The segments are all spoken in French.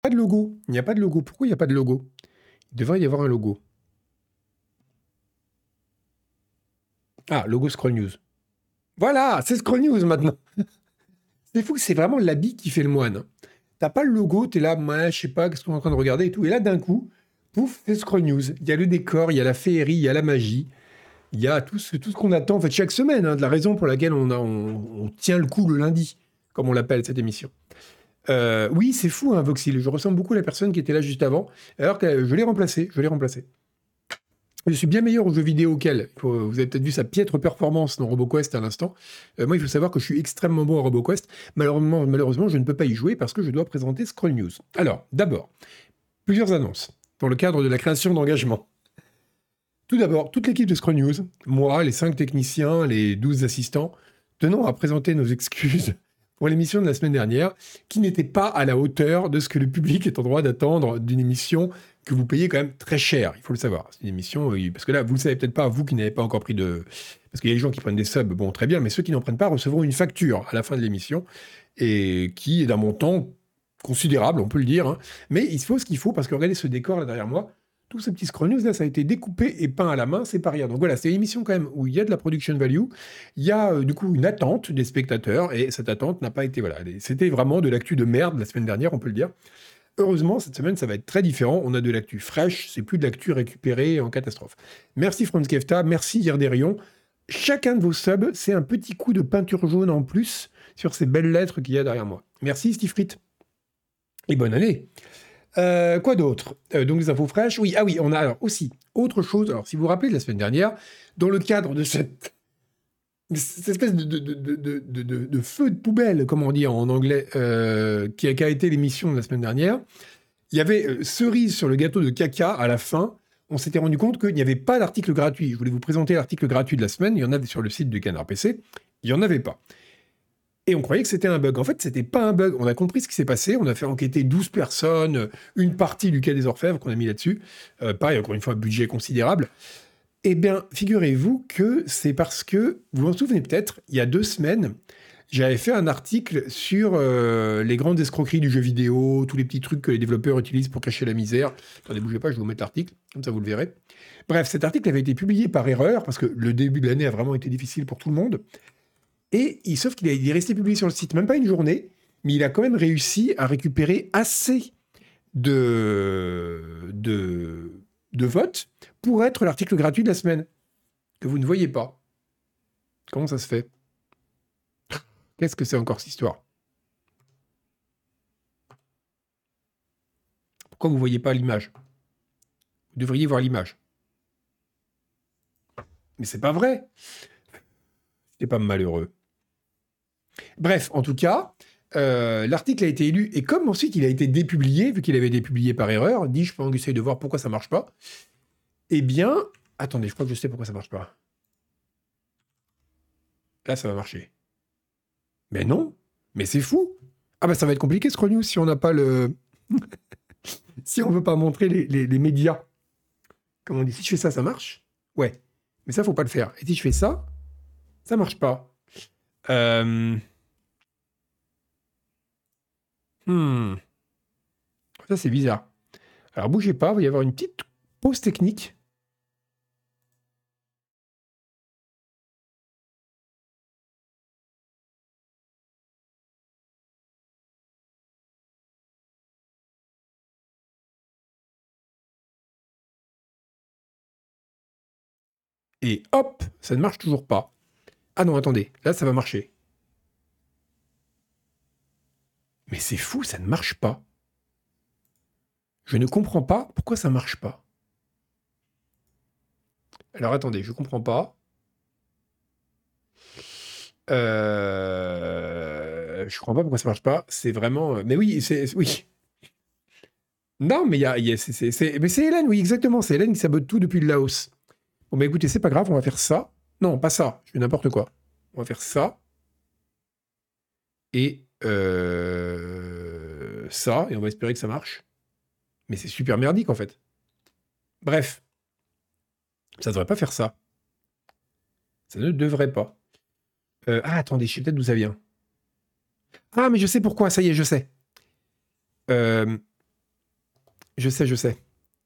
Pas de logo. Il n'y a pas de logo. Pourquoi il n'y a pas de logo? Il devrait y avoir un logo. Ah, logo Scroll News. Voilà, c'est Scroll News maintenant. C'est fou, c'est vraiment l'habit qui fait le moine. T'as pas le logo, t'es là, moi, je sais pas, qu'est-ce qu'on est en train de regarder et tout. Et là, d'un coup, pouf, c'est Scroll News. Il y a le décor, il y a la féerie, il y a la magie, il y a tout ce qu'on attend en fait chaque semaine, hein, de la raison pour laquelle on tient le coup le lundi, comme on l'appelle cette émission. Oui, c'est fou, hein, Voxil. Je ressemble beaucoup à la personne qui était là juste avant, alors que je l'ai remplacé. Je l'ai remplacé. Je suis bien meilleur aux jeux vidéo qu'elle. Vous avez peut-être vu sa piètre performance dans RoboQuest à l'instant. Moi, il faut savoir que je suis extrêmement bon à RoboQuest. Malheureusement, je ne peux pas y jouer parce que je dois présenter Scroll News. Alors, d'abord, plusieurs annonces dans le cadre de la création d'engagement. Tout d'abord, toute l'équipe de Scroll News, moi, les 5 techniciens, les 12 assistants, tenons à présenter nos excuses pour l'émission de la semaine dernière, qui n'était pas à la hauteur de ce que le public est en droit d'attendre d'une émission que vous payez quand même très cher, il faut le savoir. C'est une émission, parce que là, vous ne le savez peut-être pas, vous qui n'avez pas encore pris de... Parce qu'il y a des gens qui prennent des subs, bon, très bien, mais ceux qui n'en prennent pas recevront une facture à la fin de l'émission, et qui est d'un montant considérable, on peut le dire, hein. Mais il faut ce qu'il faut, parce que regardez ce décor là derrière moi, tous ces petits scroll news là, ça a été découpé et peint à la main, c'est pas rien. Donc voilà, c'est une émission quand même où il y a de la production value, il y a du coup une attente des spectateurs, et cette attente n'a pas été, voilà, c'était vraiment de l'actu de merde la semaine dernière, on peut le dire. Heureusement, cette semaine, ça va être très différent. On a de l'actu fraîche, c'est plus de l'actu récupérée en catastrophe. Merci Franz Kefta, merci Yerderion. Chacun de vos subs, c'est un petit coup de peinture jaune en plus sur ces belles lettres qu'il y a derrière moi. Merci Steve Fritt. Et bonne année. Quoi d'autre? Donc les infos fraîches. Oui, ah oui, on a alors aussi autre chose. Alors, si vous vous rappelez de la semaine dernière, dans le cadre de cette espèce de feu de poubelle, comme on dit en anglais, qui a été l'émission de la semaine dernière, il y avait cerise sur le gâteau de caca à la fin. On s'était rendu compte qu'il n'y avait pas d'article gratuit. Je voulais vous présenter l'article gratuit de la semaine. Il y en avait sur le site du Canard PC. Il n'y en avait pas. Et on croyait que c'était un bug. En fait, c'était pas un bug. On a compris ce qui s'est passé. On a fait enquêter 12 personnes, une partie du Quai des Orfèvres qu'on a mis là-dessus. Pareil, encore une fois, un budget considérable. Eh bien, figurez-vous que c'est parce que, vous vous en souvenez peut-être, il y a 2 semaines, j'avais fait un article sur les grandes escroqueries du jeu vidéo, tous les petits trucs que les développeurs utilisent pour cacher la misère. Attendez, bougez pas, je vais vous mettre l'article, comme ça vous le verrez. Bref, cet article avait été publié par erreur, parce que le début de l'année a vraiment été difficile pour tout le monde. Et sauf qu'il est resté publié sur le site, même pas une journée, mais il a quand même réussi à récupérer assez de votes pour être l'article gratuit de la semaine, que vous ne voyez pas. Comment ça se fait? Qu'est-ce que c'est encore cette histoire? Pourquoi vous ne voyez pas l'image? Vous devriez voir l'image. Mais c'est pas vrai. C'est pas malheureux. Bref, en tout cas, l'article a été élu, et comme ensuite il a été dépublié, vu qu'il avait été publié par erreur, je peux essayer de voir pourquoi ça marche pas. Eh bien, attendez, je crois que je sais pourquoi ça marche pas. Là, ça va marcher. Mais non, mais c'est fou. Ah bah ça va être compliqué Scroll News si on n'a pas le... si on veut pas montrer les médias. Comme on dit, si je fais ça, ça marche? Ouais. Mais ça, faut pas le faire. Et si je fais ça, ça marche pas. Euh... hmm. Ça, c'est bizarre. Alors, bougez pas, il va y avoir une petite pause technique. Et hop, ça ne marche toujours pas. Ah non, attendez, là, ça va marcher. Mais c'est fou, ça ne marche pas. Je ne comprends pas pourquoi ça marche pas. Alors, attendez, je comprends pas. Je comprends pas pourquoi ça marche pas. C'est vraiment... Mais oui, oui. Non, mais mais c'est Hélène, oui, exactement. C'est Hélène qui sabote tout depuis le Laos. Bon, bah écoutez, c'est pas grave, on va faire ça. Non, pas ça. Je fais n'importe quoi. On va faire ça. Et ça. Et on va espérer que ça marche. Mais c'est super merdique, en fait. Bref. Ça devrait pas faire ça. Ça ne devrait pas. Ah, attendez, je sais peut-être d'où ça vient. Ah, mais je sais pourquoi. Ça y est, je sais. Euh, Je sais, je sais.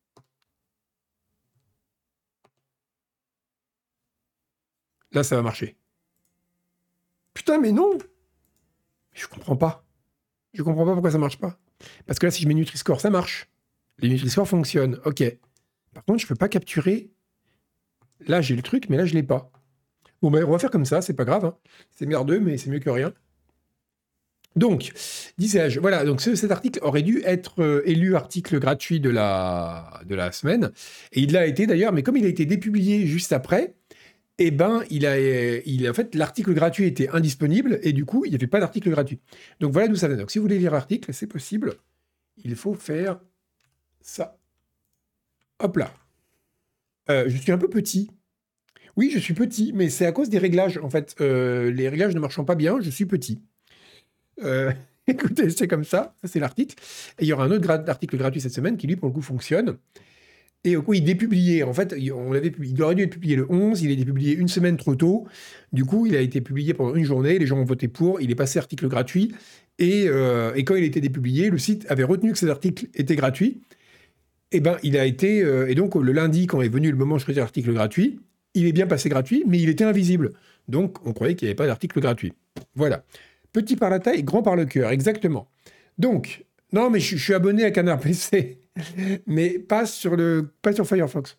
Là, ça va marcher. Putain, mais non! Je comprends pas. Je comprends pas pourquoi ça marche pas. Parce que là, si je mets Nutri-Score, ça marche. Les Nutri-Score fonctionnent. Ok. Par contre, je peux pas capturer. Là, j'ai le truc, mais là, je l'ai pas. Bon, ben, on va faire comme ça, c'est pas grave, hein. C'est merdeux, mais c'est mieux que rien. Donc, disais-je, voilà, donc cet article aurait dû être élu article gratuit de la semaine. Et il l'a été d'ailleurs, mais comme il a été dépublié juste après, eh ben, en fait, l'article gratuit était indisponible et du coup, il n'y avait pas d'article gratuit. Donc voilà d'où ça vient. Donc si vous voulez lire l'article, c'est possible. Il faut faire ça. Hop là. Je suis un peu petit. Oui, je suis petit, mais c'est à cause des réglages. En fait, les réglages ne marchant pas bien, je suis petit. Écoutez, c'est comme ça. Ça, c'est l'article. Et il y aura un autre article gratuit cette semaine qui, lui, pour le coup, fonctionne. Et au coup, il est dépublié. En fait, il aurait dû être publié le 11, il est dépublié une semaine trop tôt. Du coup, il a été publié pendant une journée, les gens ont voté pour, il est passé article gratuit. Et quand il a été dépublié, le site avait retenu que cet article était gratuit. Et ben, il a été... et donc, le lundi, quand est venu le moment de choisir l'article gratuit, il est bien passé gratuit, mais il était invisible. Donc, on croyait qu'il n'y avait pas d'article gratuit. Voilà. Petit par la taille, grand par le cœur, exactement. Donc, non, mais je suis abonné à Canard PC, mais pas sur Firefox.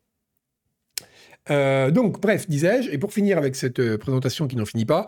Donc, bref, disais-je, et pour finir avec cette présentation qui n'en finit pas,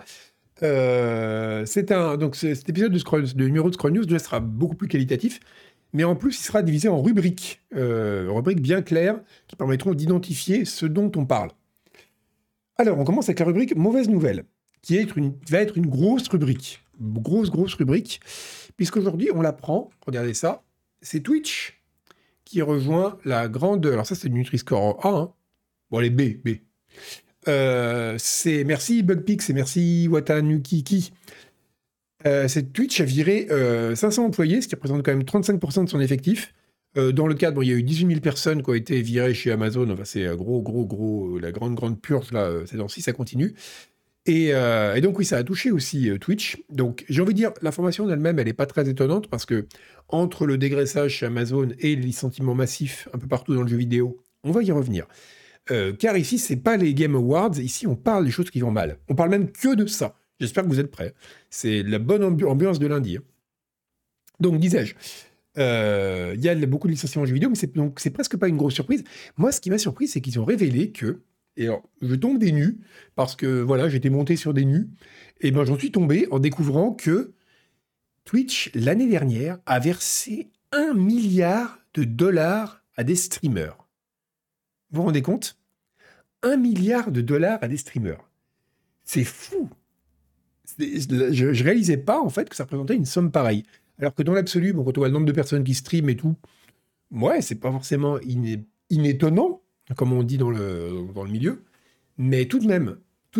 donc cet épisode de numéro de Scroll News déjà sera beaucoup plus qualitatif, mais en plus, il sera divisé en rubriques bien claires qui permettront d'identifier ce dont on parle. Alors, on commence avec la rubrique Mauvaise nouvelle, qui va être une grosse rubrique. Grosse rubrique, puisqu'aujourd'hui, on l'apprend, regardez ça, c'est Twitch qui rejoint la grande... Alors ça, c'est du Nutri-Score A, hein. Bon, allez, B. C'est merci Bugpix et merci Watanukiki. C'est Twitch a viré 500 employés, ce qui représente quand même 35% de son effectif. Dans le cadre, il y a eu 18 000 personnes qui ont été virées chez Amazon. Enfin, c'est gros, la grande purge, là, ces temps-ci, ça continue. Et donc, oui, ça a touché aussi Twitch. Donc, j'ai envie de dire, l'information en elle-même, elle n'est pas très étonnante parce que entre le dégraissage chez Amazon et les licenciements massifs un peu partout dans le jeu vidéo, on va y revenir. Car ici, c'est pas les Game Awards. Ici, on parle des choses qui vont mal. On parle même que de ça. J'espère que vous êtes prêts. C'est la bonne ambiance de lundi. Hein. Donc, disais-je, il y a beaucoup de licenciements en jeu vidéo, mais c'est presque pas une grosse surprise. Moi, ce qui m'a surpris, c'est qu'ils ont révélé que, et alors, je tombe des nues, parce que voilà, j'étais monté sur des nues, et ben j'en suis tombé en découvrant que Twitch, l'année dernière, a versé $1 milliard à des streamers. Vous vous rendez compte? $1 milliard à des streamers. C'est fou. Je réalisais pas, en fait, que ça représentait une somme pareille. Alors que dans l'absolu, bon, quand on voit le nombre de personnes qui streament et tout, ouais, c'est pas forcément inétonnant, comme on dit dans le milieu, mais tout de même,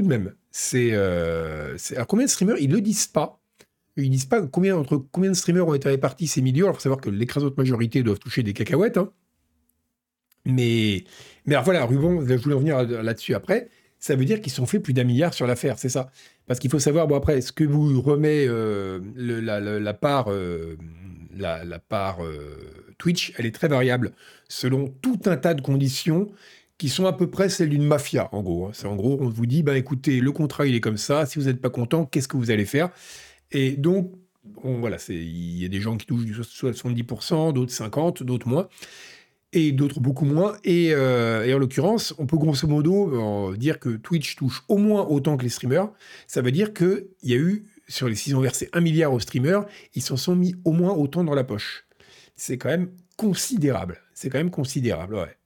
alors combien de streamers, ils le disent pas. Ils disent pas combien de streamers ont été répartis ces millions, alors faut savoir que l'écrasante majorité doivent toucher des cacahuètes, hein. Mais alors voilà, Ruban, je voulais revenir là-dessus après, ça veut dire qu'ils se sont fait plus d'1 milliard sur l'affaire, c'est ça. Parce qu'il faut savoir, bon après, ce que vous remet la part, Twitch, elle est très variable, selon tout un tas de conditions qui sont à peu près celles d'une mafia, en gros. C'est en gros, on vous dit, ben écoutez, le contrat, il est comme ça, si vous n'êtes pas content, qu'est-ce que vous allez faire? Et donc, bon, voilà, il y a des gens qui touchent soit 70%, d'autres 50%, d'autres moins. Et d'autres beaucoup moins. Et en l'occurrence, on peut grosso modo dire que Twitch touche au moins autant que les streamers. Ça veut dire qu'il y a eu, s'ils ont versé 1 milliard aux streamers, ils s'en sont mis au moins autant dans la poche. C'est quand même considérable. Ouais.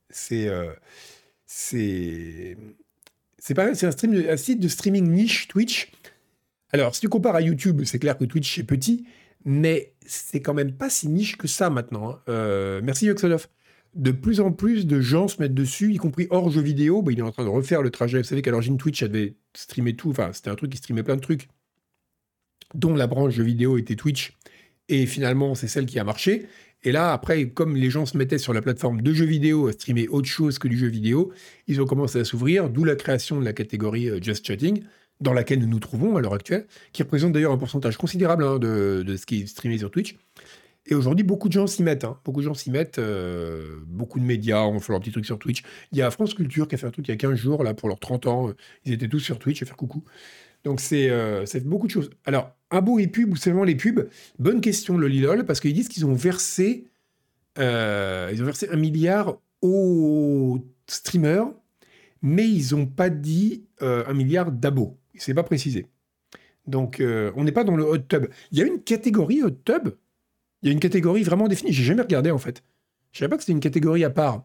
C'est pareil, c'est un site de streaming niche, Twitch. Alors, si tu compares à YouTube, c'est clair que Twitch est petit, mais c'est quand même pas si niche que ça maintenant. Hein. Merci Yoxodov. De plus en plus de gens se mettent dessus, y compris hors jeux vidéo. Bah, il est en train de refaire le trajet. Vous savez qu'à l'origine, Twitch avait streamé tout. Enfin, c'était un truc qui streamait plein de trucs, dont la branche jeux vidéo était Twitch. Et finalement, c'est celle qui a marché. Et là, après, comme les gens se mettaient sur la plateforme de jeux vidéo à streamer autre chose que du jeu vidéo, ils ont commencé à s'ouvrir, d'où la création de la catégorie Just Chatting, dans laquelle nous nous trouvons à l'heure actuelle, qui représente d'ailleurs un pourcentage considérable hein, de ce qui est streamé sur Twitch. Et aujourd'hui, beaucoup de gens s'y mettent, hein. Beaucoup de gens s'y mettent, beaucoup de médias ont fait leur petit truc sur Twitch. Il y a France Culture qui a fait un truc il y a 15 jours, là, pour leurs 30 ans. Ils étaient tous sur Twitch à faire coucou. Donc c'est beaucoup de choses. Alors, abo et pub, ou seulement les pubs? Bonne question, le Lidl, parce qu'ils disent qu'ils ont versé, ils ont versé 1 milliard aux streamers, mais ils n'ont pas dit 1 milliard d'abos. C'est pas précisé. Donc, on n'est pas dans le hot tub. Il y a une catégorie hot tub. Il y a une catégorie vraiment définie. J'ai jamais regardé, en fait. Je savais pas que c'était une catégorie à part.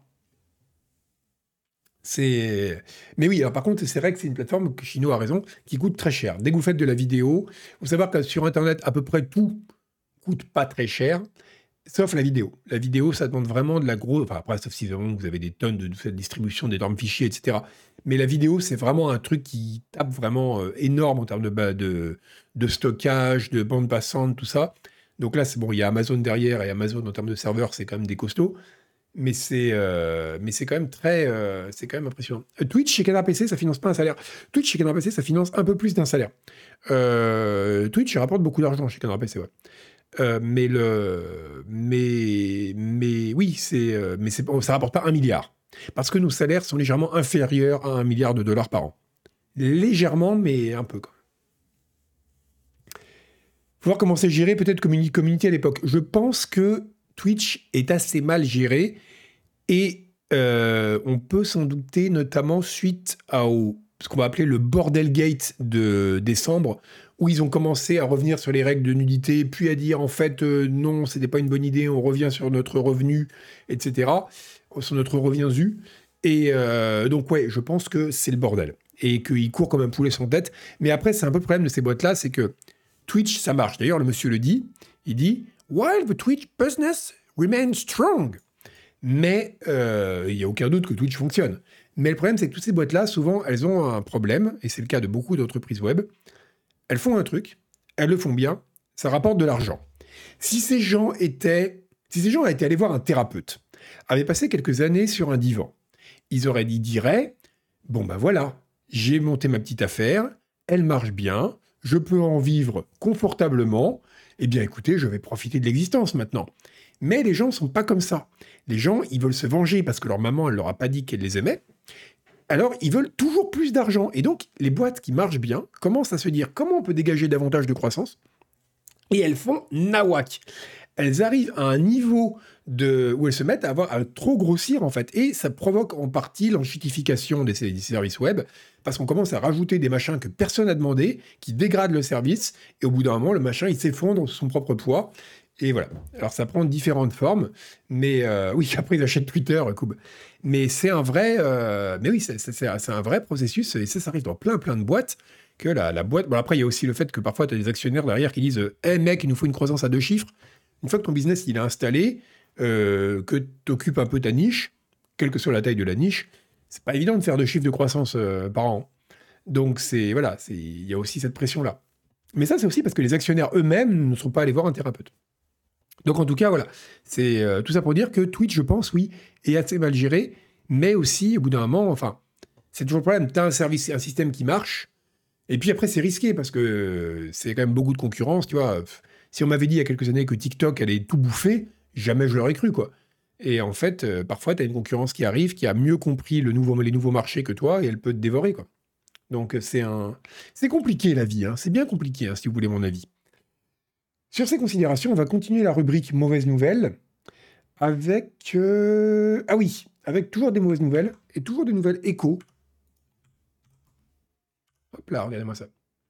Mais oui, alors par contre, c'est vrai que c'est une plateforme, que Chino a raison, qui coûte très cher. Dès que vous faites de la vidéo, il faut savoir que sur Internet, à peu près tout coûte pas très cher, sauf la vidéo. La vidéo, ça demande vraiment de la grosse... Enfin, après, sauf si vraiment vous avez des tonnes de distribution, d'énormes fichiers, etc. Mais la vidéo, c'est vraiment un truc qui tape vraiment énorme en termes de stockage, de bande passante, tout ça. Donc là, c'est bon, il y a Amazon derrière, et Amazon, en termes de serveurs, c'est quand même des costauds. Mais c'est quand même c'est quand même impressionnant. Twitch chez Canard PC, ça finance pas un salaire. Twitch chez Canard PC, ça finance un peu plus d'un salaire. Twitch rapporte beaucoup d'argent chez Canard PC, ouais. Mais oui, ça rapporte pas 1 milliard. Parce que nos salaires sont légèrement inférieurs à 1 milliard de dollars par an. Légèrement, mais un peu, quoi. Faut voir comment c'est géré, peut-être Community à l'époque. Je pense que Twitch est assez mal géré et on peut s'en douter, notamment suite au ce qu'on va appeler le Bordel Gate de décembre, où ils ont commencé à revenir sur les règles de nudité, puis à dire en fait non, c'était pas une bonne idée, on revient sur notre revenu, etc., sur notre revenu. Et donc ouais, je pense que c'est le bordel et qu'ils courent comme un poulet sans tête. Mais après, c'est un peu le problème de ces boîtes-là, c'est que Twitch, ça marche. D'ailleurs, le monsieur le dit, il dit « While the Twitch business remains strong ». Mais il n'y a aucun doute que Twitch fonctionne. Mais le problème, c'est que toutes ces boîtes-là, souvent, elles ont un problème, et c'est le cas de beaucoup d'entreprises web. Elles font un truc, elles le font bien, ça rapporte de l'argent. Si ces gens étaient allés voir un thérapeute, avaient passé quelques années sur un divan, ils diraient « Bon ben voilà, j'ai monté ma petite affaire, elle marche bien, je peux en vivre confortablement, eh bien écoutez, je vais profiter de l'existence maintenant. » Mais les gens ne sont pas comme ça. Les gens, ils veulent se venger parce que leur maman, elle leur a pas dit qu'elle les aimait. Alors, ils veulent toujours plus d'argent. Et donc, les boîtes qui marchent bien commencent à se dire comment on peut dégager davantage de croissance. Et elles font nawak. Elles arrivent à un niveau où elles se mettent à trop grossir, en fait. Et ça provoque en partie l'enchitification des services web, parce qu'on commence à rajouter des machins que personne n'a demandé, qui dégradent le service, et au bout d'un moment, le machin, il s'effondre sous son propre poids. Et voilà. Alors, ça prend différentes formes, mais oui, après, ils achètent Twitter, Koub. Mais c'est un vrai... mais oui, c'est un vrai processus, et ça arrive dans plein de boîtes, que la boîte... Bon, après, il y a aussi le fait que parfois, tu as des actionnaires derrière qui disent « Hey mec, il nous faut une croissance à 2 chiffres ». Une fois que ton business il est installé, que tu occupes un peu ta niche, quelle que soit la taille de la niche, c'est pas évident de faire 2 chiffres de croissance par an. Donc, il y a aussi cette pression-là. Mais ça, c'est aussi parce que les actionnaires eux-mêmes ne sont pas allés voir un thérapeute. Donc en tout cas, voilà, c'est tout ça pour dire que Twitch, je pense, oui, est assez mal géré, mais aussi, au bout d'un moment, enfin, c'est toujours le problème, tu as un système qui marche, et puis après, c'est risqué, parce que c'est quand même beaucoup de concurrence, tu vois. Si on m'avait dit il y a quelques années que TikTok allait tout bouffer, jamais je l'aurais cru, quoi. Et en fait, parfois, tu as une concurrence qui arrive, qui a mieux compris les nouveaux marchés que toi, et elle peut te dévorer, quoi. Donc c'est compliqué, la vie, hein. C'est bien compliqué, hein, si vous voulez mon avis. Sur ces considérations, on va continuer la rubrique mauvaises nouvelles avec... Ah oui, avec toujours des mauvaises nouvelles et toujours des nouvelles échos. Hop là, regardez-moi ça.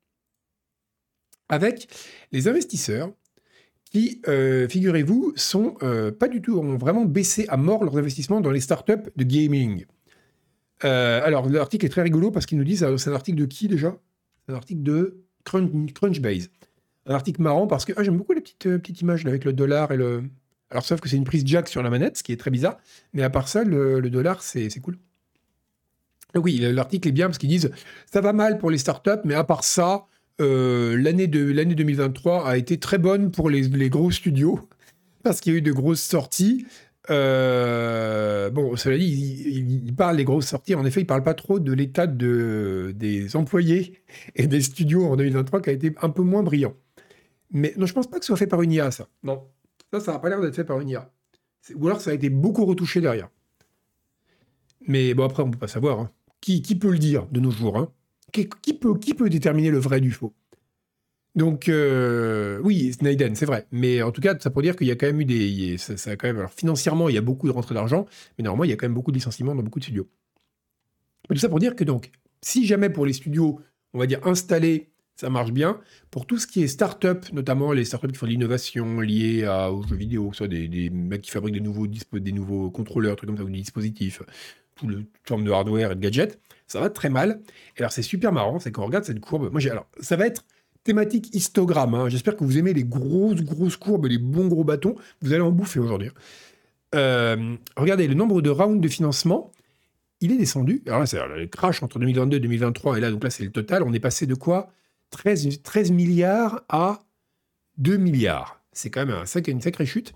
Avec les investisseurs qui, figurez-vous, ont vraiment baissé à mort leurs investissements dans les startups de gaming. Alors, l'article est très rigolo parce qu'ils nous disent, c'est un article de qui déjà? C'est un article de Crunchbase. Un article marrant parce que j'aime beaucoup les petites images là, avec le dollar et le... Alors, sauf que c'est une prise jack sur la manette, ce qui est très bizarre. Mais à part ça, le dollar, c'est cool. Donc oui, l'article est bien parce qu'ils disent ça va mal pour les startups, mais à part ça, l'année 2023 a été très bonne pour les gros studios parce qu'il y a eu de grosses sorties. Bon, cela dit, il parle des grosses sorties. En effet, il parle pas trop de l'état des employés et des studios en 2023 qui a été un peu moins brillant. Mais non, je pense pas que ce soit fait par une IA, ça. Non. Ça n'a pas l'air d'être fait par une IA. Ou alors ça a été beaucoup retouché derrière. Mais bon, après, on ne peut pas savoir. Hein. Qui peut le dire de nos jours hein qui peut déterminer le vrai du faux? Donc, oui, Snowden, c'est vrai. Mais en tout cas, ça pour dire qu'il y a quand même eu ça a quand même, alors financièrement, il y a beaucoup de rentrées d'argent, mais normalement, il y a quand même beaucoup de licenciements dans beaucoup de studios. Mais tout ça pour dire que donc, si jamais pour les studios, on va dire installés, ça marche bien, pour tout ce qui est start-up, notamment les start-up qui font de l'innovation liée aux jeux vidéo, que ce soit des mecs qui fabriquent des nouveaux contrôleurs, trucs comme ça, ou des dispositifs, toute forme de hardware et de gadgets, ça va très mal. Et alors, c'est super marrant, c'est qu'on regarde cette courbe. Alors, ça va être thématique histogramme. Hein. J'espère que vous aimez les grosses courbes et les bons gros bâtons. Vous allez en bouffer aujourd'hui. Regardez, le nombre de rounds de financement, il est descendu. Alors là, c'est le crash entre 2022 et 2023. Et là, donc là, c'est le total. On est passé de quoi 13 milliards à 2 milliards. C'est quand même une sacrée chute.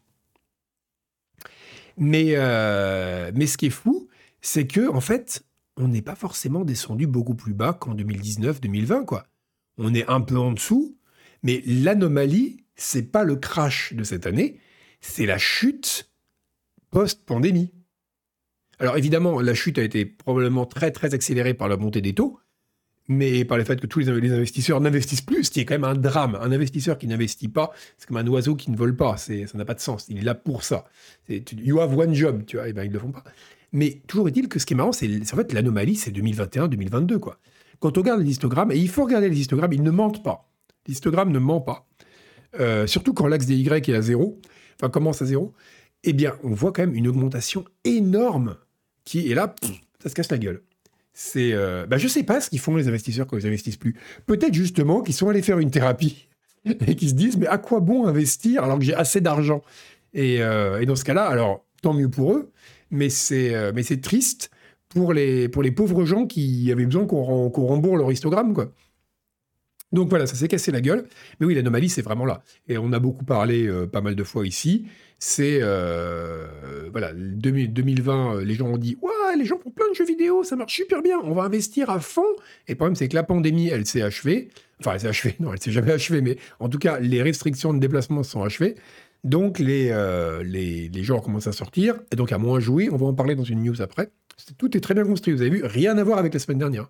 Mais ce qui est fou, c'est que en fait, on n'est pas forcément descendu beaucoup plus bas qu'en 2019-2020, quoi. On est un peu en dessous, mais l'anomalie, c'est pas le crash de cette année, c'est la chute post-pandémie. Alors évidemment, la chute a été probablement très très accélérée par la montée des taux, mais par le fait que tous les investisseurs n'investissent plus, ce qui est quand même un drame. Un investisseur qui n'investit pas, c'est comme un oiseau qui ne vole pas, ça n'a pas de sens, il est là pour ça. You have one job, tu vois, et ben ils ne le font pas. Mais toujours est-il que ce qui est marrant, c'est en fait l'anomalie, c'est 2021-2022, quoi. Quand on regarde les histogrammes, et il faut regarder les histogrammes, ils ne mentent pas. L'histogramme ne ment pas. Surtout quand l'axe des Y est à 0, enfin commence à 0, eh bien, on voit quand même une augmentation énorme qui est là, ça se casse la gueule. Je sais pas ce qu'ils font les investisseurs quand ils investissent plus. Peut-être justement qu'ils sont allés faire une thérapie et qu'ils se disent mais à quoi bon investir alors que j'ai assez d'argent et dans ce cas-là, alors tant mieux pour eux, mais c'est triste pour les pauvres gens qui avaient besoin qu'on rembourse leur histogramme, quoi. Donc voilà, ça s'est cassé la gueule. Mais oui, l'anomalie, c'est vraiment là. Et on a beaucoup parlé pas mal de fois ici. C'est, voilà, 2020, les gens ont dit « Ouais, les gens font plein de jeux vidéo, ça marche super bien, on va investir à fond ». Et le problème, c'est que la pandémie, elle s'est achevée. Enfin, elle s'est achevée, non, elle s'est jamais achevée, mais en tout cas, les restrictions de déplacement se sont achevées. Donc, les gens ont commencé à sortir, et donc à moins jouer. On va en parler dans une news après. Tout est très bien construit, vous avez vu, rien à voir avec la semaine dernière.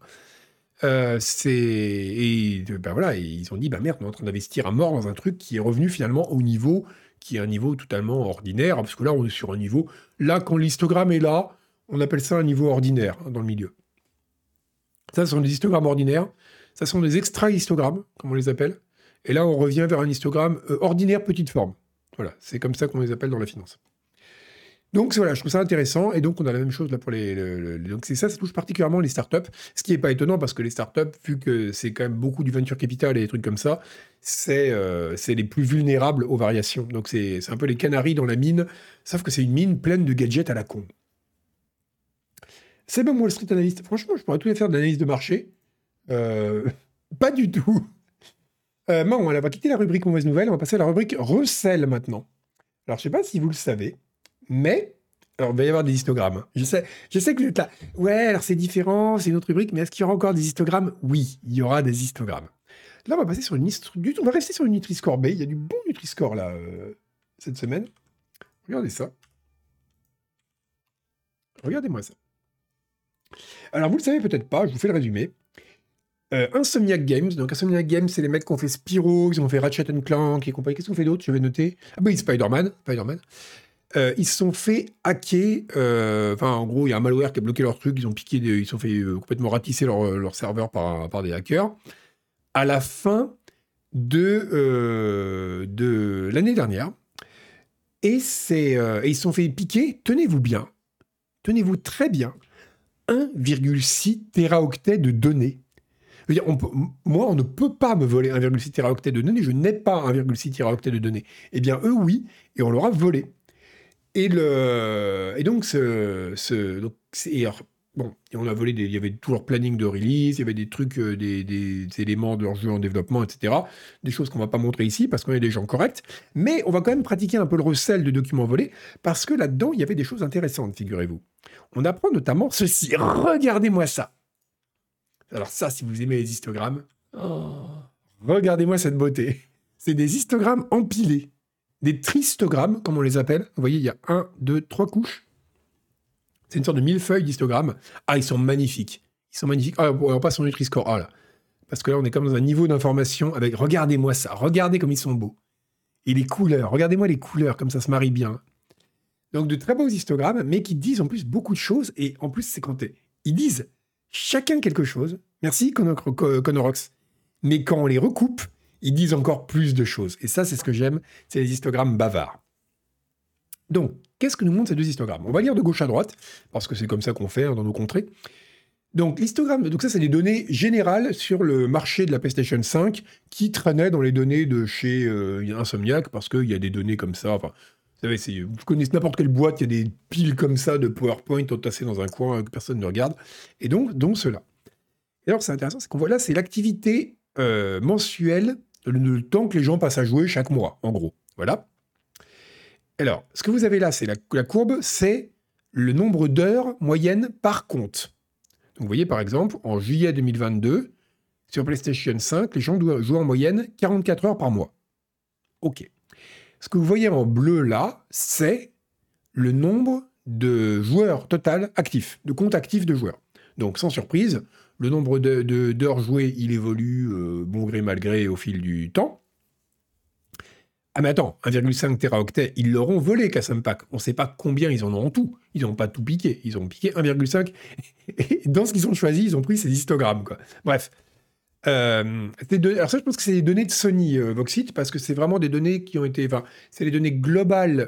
Voilà, et ils ont dit bah merde, on est en train d'investir à mort dans un truc qui est revenu finalement au niveau qui est un niveau totalement ordinaire, parce que là on est sur un niveau, là quand l'histogramme est là, on appelle ça un niveau ordinaire hein, dans le milieu. Ça, ce sont des histogrammes ordinaires, ça sont des extra-histogrammes, comme on les appelle, et là on revient vers un histogramme ordinaire petite forme. Voilà, c'est comme ça qu'on les appelle dans la finance. Donc voilà, je trouve ça intéressant, et donc on a la même chose là pour donc c'est ça touche particulièrement les startups, ce qui n'est pas étonnant parce que les startups, vu que c'est quand même beaucoup du venture capital et des trucs comme ça, c'est les plus vulnérables aux variations. Donc c'est un peu les canaris dans la mine, sauf que c'est une mine pleine de gadgets à la con. C'est même Wall Street Analyst. Franchement, je pourrais tout faire de l'analyse de marché. Pas du tout. Non, on va quitter la rubrique mauvaise nouvelle, on va passer à la rubrique recel maintenant. Alors je sais pas si vous le savez, mais, alors il va y avoir des histogrammes. Hein. Je sais que vous êtes là. Ouais, alors c'est différent, c'est une autre rubrique, mais est-ce qu'il y aura encore des histogrammes? Oui, il y aura des histogrammes. Là, on va passer sur on va rester sur une Nutri-Score B. Il y a du bon Nutri-Score là, cette semaine. Regardez ça. Regardez-moi ça. Alors, vous le savez peut-être pas, je vous fais le résumé. Insomniac Games. Donc, Insomniac Games, c'est les mecs qui ont fait Spyro, qui ont fait Ratchet Clank et compagnie. Qu'est-ce qu'on fait d'autre? Je vais noter. Ah, bah oui, Spider-Man. Ils se sont fait hacker. En gros, il y a un malware qui a bloqué leur truc. Ils se sont fait complètement ratisser leur serveur par des hackers. À la fin de l'année dernière. Et ils se sont fait piquer, tenez-vous bien, tenez-vous très bien, 1,6 téraoctets de données. Je veux dire, moi, on ne peut pas me voler 1,6 téraoctets de données. Je n'ai pas 1,6 téraoctets de données. Eh bien, eux, oui, et on leur a volé. Et donc, on a volé il y avait tout leur planning de release, il y avait des trucs, des éléments de leur jeu en développement, etc. Des choses qu'on va pas montrer ici parce qu'on est des gens corrects. Mais on va quand même pratiquer un peu le recel de documents volés parce que là-dedans, il y avait des choses intéressantes, figurez-vous. On apprend notamment ceci. Regardez-moi ça. Alors ça, si vous aimez les histogrammes, regardez-moi cette beauté. C'est des histogrammes empilés. des tristogrammes, comme on les appelle. Vous voyez, il y a 1, 2, 3 couches. C'est une sorte de millefeuille d'histogrammes. Ah, ils sont magnifiques. Ils sont magnifiques. Ah, on passe sur Nutri-Score. Ah là. Parce que là, on est comme dans un niveau d'information avec... Regardez-moi ça. Regardez comme ils sont beaux. Et les couleurs. Regardez-moi les couleurs, comme ça se marie bien. Donc, de très beaux histogrammes, mais qui disent en plus beaucoup de choses. Et en plus, c'est quand ils disent chacun quelque chose. Merci, Conorox. Mais quand on les recoupe, ils disent encore plus de choses. Et ça, c'est ce que j'aime. C'est les histogrammes bavards. Donc, qu'est-ce que nous montrent ces deux histogrammes? On va lire de gauche à droite, parce que c'est comme ça qu'on fait dans nos contrées. Donc, l'histogramme, donc ça, c'est des données générales sur le marché de la PlayStation 5 qui traînaient dans les données de chez Insomniac, parce qu'il y a des données comme ça. Enfin, vous savez, vous connaissez n'importe quelle boîte, il y a des piles comme ça de PowerPoint entassées dans un coin que personne ne regarde. Et donc cela. Et alors, c'est intéressant, c'est qu'on voit là, c'est l'activité mensuelle, le temps que les gens passent à jouer chaque mois, en gros. Voilà. Alors, ce que vous avez là, c'est la courbe, c'est le nombre d'heures moyennes par compte. Donc, vous voyez, par exemple, en juillet 2022, sur PlayStation 5, les gens doivent jouer en moyenne 44 heures par mois. OK. Ce que vous voyez en bleu là, c'est le nombre de joueurs total actifs, de comptes actifs de joueurs. Donc, sans surprise, le nombre d'heures jouées, il évolue bon gré mal gré au fil du temps. Ah mais attends, 1,5 téraoctets, ils l'auront volé, Kassampak. On ne sait pas combien ils en ont en tout. Ils n'ont pas tout piqué. Ils ont piqué 1,5. Et dans ce qu'ils ont choisi, ils ont pris ces histogrammes, quoi. Bref. Alors ça, je pense que c'est des données de Sony, Voxit, parce que c'est vraiment des données qui ont été... Enfin, c'est les données globales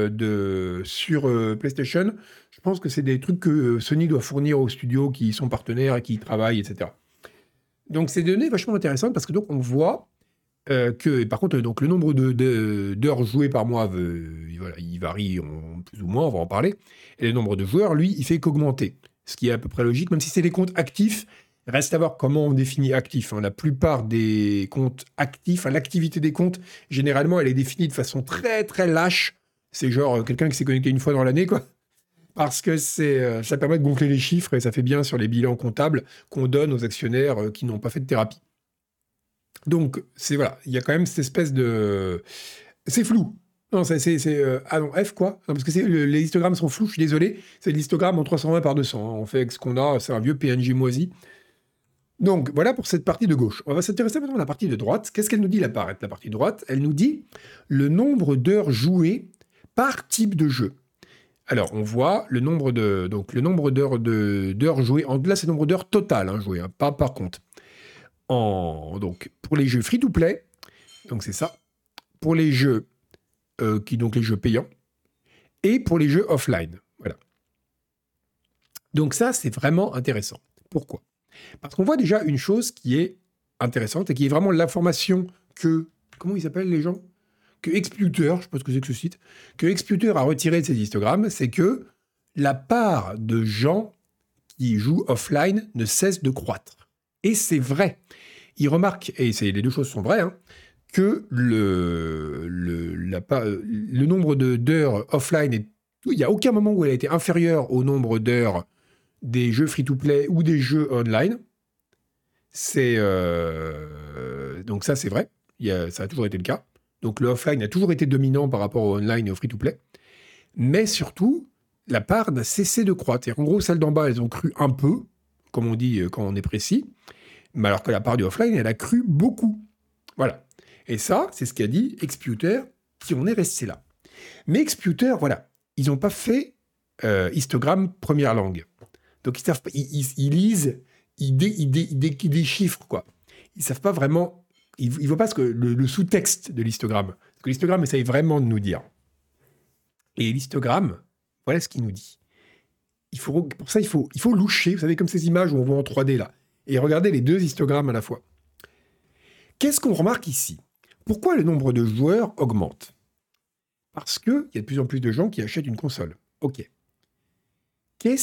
sur PlayStation. Je pense que c'est des trucs que Sony doit fournir aux studios qui sont partenaires et qui y travaillent, etc. Donc, c'est des données vachement intéressantes parce que donc on voit que, par contre, donc, le nombre d'heures jouées par mois, il varie plus ou moins, on va en parler. Et le nombre de joueurs, lui, il fait qu'augmenter. Ce qui est à peu près logique, même si c'est des comptes actifs. Reste à voir comment on définit actif. La plupart des comptes actifs, l'activité des comptes, généralement, elle est définie de façon très, très lâche. C'est genre quelqu'un qui s'est connecté une fois dans l'année, quoi. Parce que ça permet de gonfler les chiffres et ça fait bien sur les bilans comptables qu'on donne aux actionnaires qui n'ont pas fait de thérapie. Donc, voilà, il y a quand même cette espèce de... C'est flou. Non, ah non, F quoi? Non, parce que les histogrammes sont flous, je suis désolé. C'est l'histogramme en 320 par 200. On fait avec ce qu'on a, c'est un vieux PNG moisi. Donc, voilà pour cette partie de gauche. On va s'intéresser maintenant à la partie de droite. Qu'est-ce qu'elle nous dit, la partie de droite? Elle nous dit le nombre d'heures jouées par type de jeu. Alors, on voit le nombre d'heures jouées. Là, c'est le nombre d'heures totales jouées, pas par compte. Donc, pour les jeux free-to-play, donc c'est ça. Pour les jeux les jeux payants, et pour les jeux offline. Voilà. Donc ça, c'est vraiment intéressant. Pourquoi? Parce qu'on voit déjà une chose qui est intéressante et qui est vraiment l'information que... Comment ils s'appellent les gens? Que Exputer, je ne sais pas ce que c'est que ce site, que Exputer a retiré de ces histogrammes, c'est que la part de gens qui jouent offline ne cesse de croître. Et c'est vrai. Il remarque, et les deux choses sont vraies, que le nombre d'heures offline, il n'y a aucun moment où elle a été inférieure au nombre d'heures des jeux free-to-play ou des jeux online. Donc ça, c'est vrai. Ça a toujours été le cas. Donc le offline a toujours été dominant par rapport au online et au free-to-play. Mais surtout, la part n'a cessé de croître. En gros, celles d'en bas, elles ont cru un peu, comme on dit quand on est précis. Mais alors que la part du offline, elle a cru beaucoup. Voilà. Et ça, c'est ce qu'a dit Exputer, qui en est resté là. Mais Exputer, voilà, ils n'ont pas fait histogramme première langue. Donc ils lisent, ils déchiffrent, quoi. Ils ne savent pas vraiment, ils ne voient pas le sous-texte de l'histogramme. Ce que l'histogramme essaye vraiment de nous dire. Et l'histogramme, voilà ce qu'il nous dit. Pour ça, il faut loucher, vous savez, comme ces images où on voit en 3D, là. Et regarder les deux histogrammes à la fois. Qu'est-ce qu'on remarque ici? Pourquoi le nombre de joueurs augmente? Parce qu'il y a de plus en plus de gens qui achètent une console. Ok. Mais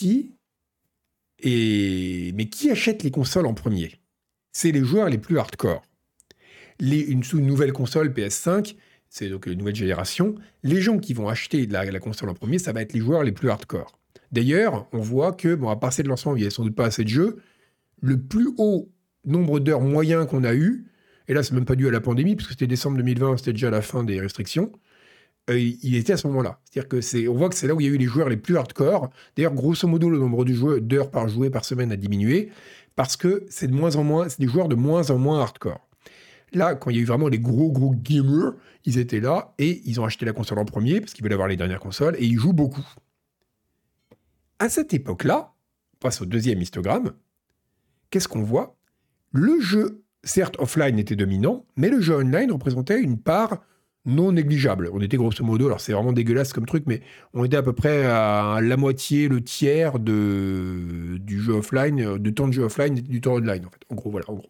qui achète les consoles en premier? C'est les joueurs les plus hardcore. Une nouvelle console PS5, c'est donc une nouvelle génération, les gens qui vont acheter la console en premier, ça va être les joueurs les plus hardcore. D'ailleurs, on voit que, à part de lancement, il n'y a sans doute pas assez de jeux. Le plus haut nombre d'heures moyen qu'on a eu, et là, c'est même pas dû à la pandémie, parce que c'était décembre 2020, c'était déjà la fin des restrictions, il était à ce moment-là. C'est-à-dire que on voit que c'est là où il y a eu les joueurs les plus hardcore. D'ailleurs, grosso modo, le nombre d'heures par joué par semaine a diminué, parce que c'est de moins en moins, c'est des joueurs de moins en moins hardcore. Là, quand il y a eu vraiment les gros gamers, ils étaient là, et ils ont acheté la console en premier, parce qu'ils veulent avoir les dernières consoles, et ils jouent beaucoup. À cette époque-là, on passe au deuxième histogramme, qu'est-ce qu'on voit? Le jeu, certes offline, était dominant, mais le jeu online représentait une part non négligeable. On était grosso modo, alors c'est vraiment dégueulasse comme truc, mais on était à peu près à la moitié, le tiers du jeu offline, du temps de jeu offline et du temps online, en fait. En gros, voilà, en gros.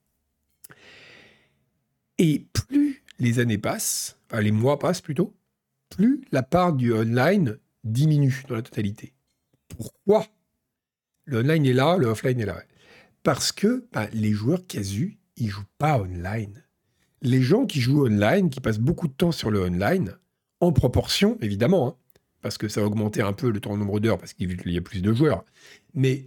Et plus les années passent, enfin les mois passent plutôt, plus la part du online diminue dans la totalité. Pourquoi? Le online est là, le offline est là. Parce que les joueurs casus, ils jouent pas online. Les gens qui jouent online, qui passent beaucoup de temps sur le online, en proportion, évidemment, hein, parce que ça va augmenter un peu le nombre d'heures, parce qu'il y a plus de joueurs, mais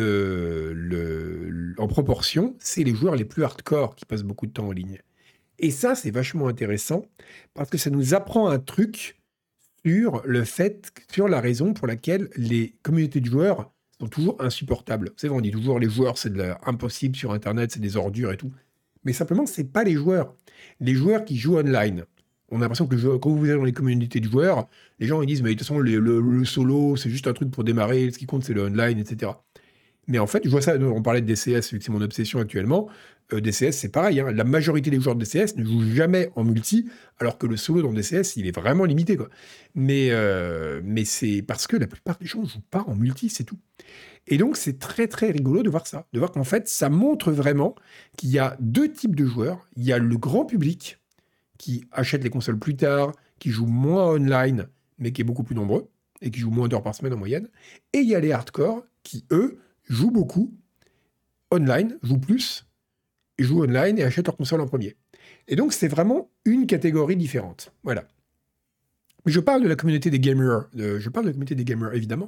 en proportion, c'est les joueurs les plus hardcore qui passent beaucoup de temps en ligne. Et ça, c'est vachement intéressant, parce que ça nous apprend un truc sur la raison pour laquelle les communautés de joueurs sont toujours insupportables. Vous savez, on dit toujours les joueurs, c'est impossible sur Internet, c'est des ordures et tout. Mais simplement, c'est pas les joueurs. Les joueurs qui jouent online. On a l'impression que quand vous êtes dans les communautés de joueurs, les gens ils disent, mais de toute façon, le solo, c'est juste un truc pour démarrer, ce qui compte, c'est le online, etc. Mais en fait, je vois ça, on parlait de DCS, vu que c'est mon obsession actuellement. DCS, c'est pareil. Hein. La majorité des joueurs de DCS ne jouent jamais en multi, alors que le solo dans DCS, il est vraiment limité, quoi. Mais c'est parce que la plupart des gens ne jouent pas en multi, c'est tout. Et donc, c'est très, très rigolo de voir ça. De voir qu'en fait, ça montre vraiment qu'il y a deux types de joueurs. Il y a le grand public qui achète les consoles plus tard, qui joue moins online, mais qui est beaucoup plus nombreux, et qui joue moins d'heures par semaine en moyenne. Et il y a les hardcore qui, eux, jouent beaucoup online, jouent plus, et jouent online et achètent leur console en premier. Et donc, c'est vraiment une catégorie différente. Voilà. Je parle de la communauté des gamers. Je parle de la communauté des gamers, évidemment.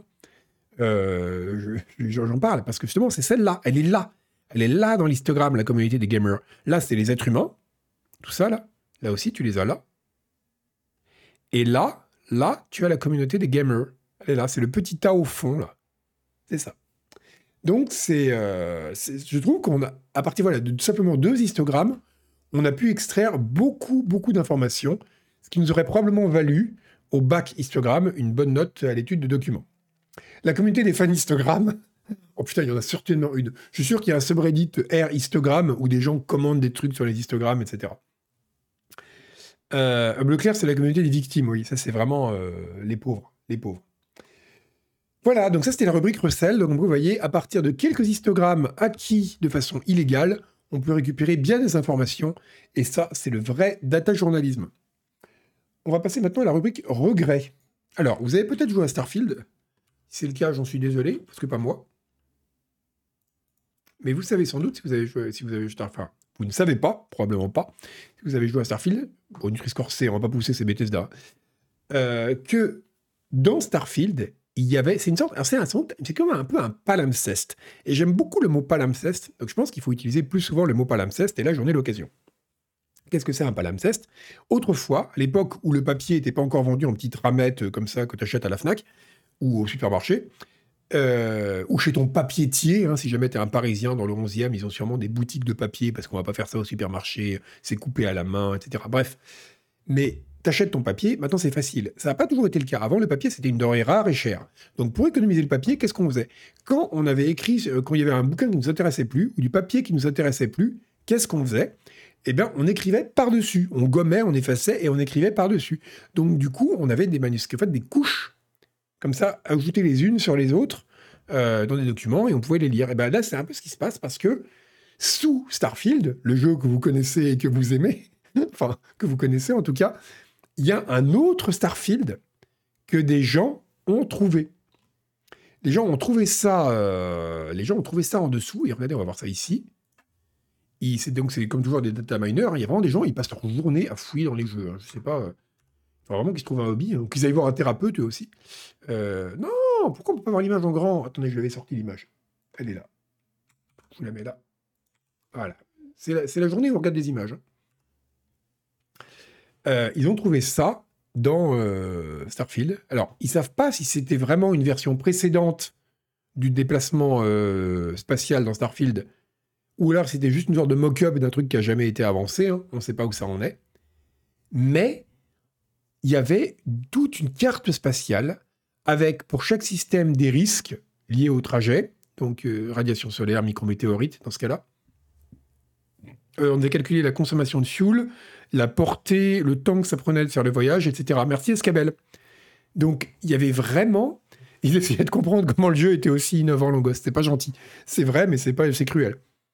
J'en parle parce que justement, c'est celle-là. Elle est là. Elle est là dans l'histogramme, la communauté des gamers. Là, c'est les êtres humains. Tout ça, là. Là aussi, tu les as là. Et là, tu as la communauté des gamers. Elle est là. C'est le petit tas au fond, là. C'est ça. Donc, je trouve qu'on a, à partir de simplement deux histogrammes, on a pu extraire beaucoup, beaucoup d'informations, ce qui nous aurait probablement valu, au bac histogramme, une bonne note à l'étude de documents. La communauté des fans histogrammes, oh putain, il y en a certainement une. Je suis sûr qu'il y a un subreddit R histogramme où des gens commandent des trucs sur les histogrammes, etc. Bleu clair, c'est la communauté des victimes, oui. Ça, c'est vraiment les pauvres. Les pauvres. Voilà, donc ça c'était la rubrique recel. Donc vous voyez, à partir de quelques histogrammes acquis de façon illégale, on peut récupérer bien des informations. Et ça, c'est le vrai data journalisme. On va passer maintenant à la rubrique regrets. Alors, vous avez peut-être joué à Starfield. Si c'est le cas, j'en suis désolé, parce que pas moi. Mais vous savez sans doute, si vous avez joué enfin, vous ne savez pas, probablement pas, si vous avez joué à Starfield, bon, Nutri-Score, on va pas pousser, c'est Bethesda, que dans Starfield, il y avait, c'est comme un peu un palimpseste. Et j'aime beaucoup le mot palimpseste, donc je pense qu'il faut utiliser plus souvent le mot palimpseste, et là j'en ai l'occasion. Qu'est-ce que c'est un palimpseste? Autrefois, à l'époque où le papier n'était pas encore vendu en petites ramettes comme ça que tu achètes à la Fnac ou au supermarché, ou chez ton papietier, hein, si jamais tu es un Parisien dans le 11e, ils ont sûrement des boutiques de papier parce qu'on va pas faire ça au supermarché, c'est coupé à la main, etc. Bref, mais t'achètes ton papier, maintenant c'est facile. Ça n'a pas toujours été le cas. Avant, le papier, c'était une denrée rare et chère. Donc pour économiser le papier, qu'est-ce qu'on faisait? Quand on avait écrit, quand il y avait un bouquin qui ne nous intéressait plus, ou du papier qui ne nous intéressait plus, qu'est-ce qu'on faisait? Eh bien, on écrivait par-dessus. On gommait, on effaçait et on écrivait par-dessus. Donc du coup, on avait des manuscrits, en fait, des couches comme ça, ajoutées les unes sur les autres dans des documents et on pouvait les lire. Et bien là, c'est un peu ce qui se passe parce que sous Starfield, le jeu que vous connaissez et que vous aimez, enfin, que vous connaissez en tout cas, il y a un autre Starfield que des gens ont trouvé. Les gens ont trouvé ça en dessous, et regardez, on va voir ça ici. C'est comme toujours des data miners, il y a vraiment des gens, ils passent leur journée à fouiller dans les jeux. Hein. Je sais pas, faut vraiment qu'ils se trouvent un hobby, ou qu'ils aillent voir un thérapeute eux aussi. Non, pourquoi on peut pas voir l'image en grand? Attendez, je l'avais sorti l'image. Elle est là. Je vous la mets là. Voilà. C'est la journée où on regarde des images. Ils ont trouvé ça dans Starfield. Alors, ils savent pas si c'était vraiment une version précédente du déplacement spatial dans Starfield, ou alors c'était juste une sorte de mock-up d'un truc qui a jamais été avancé. Hein. On ne sait pas où ça en est. Mais il y avait toute une carte spatiale avec, pour chaque système, des risques liés au trajet, donc radiation solaire, micrométéorites, dans ce cas-là. On devait calculer la consommation de fuel, la portée, le temps que ça prenait de faire le voyage, etc. Merci Escabel. Donc, il y avait vraiment... Il essayait de comprendre comment le jeu était aussi innovant, Longos. C'était pas gentil. C'est vrai, mais c'est cruel.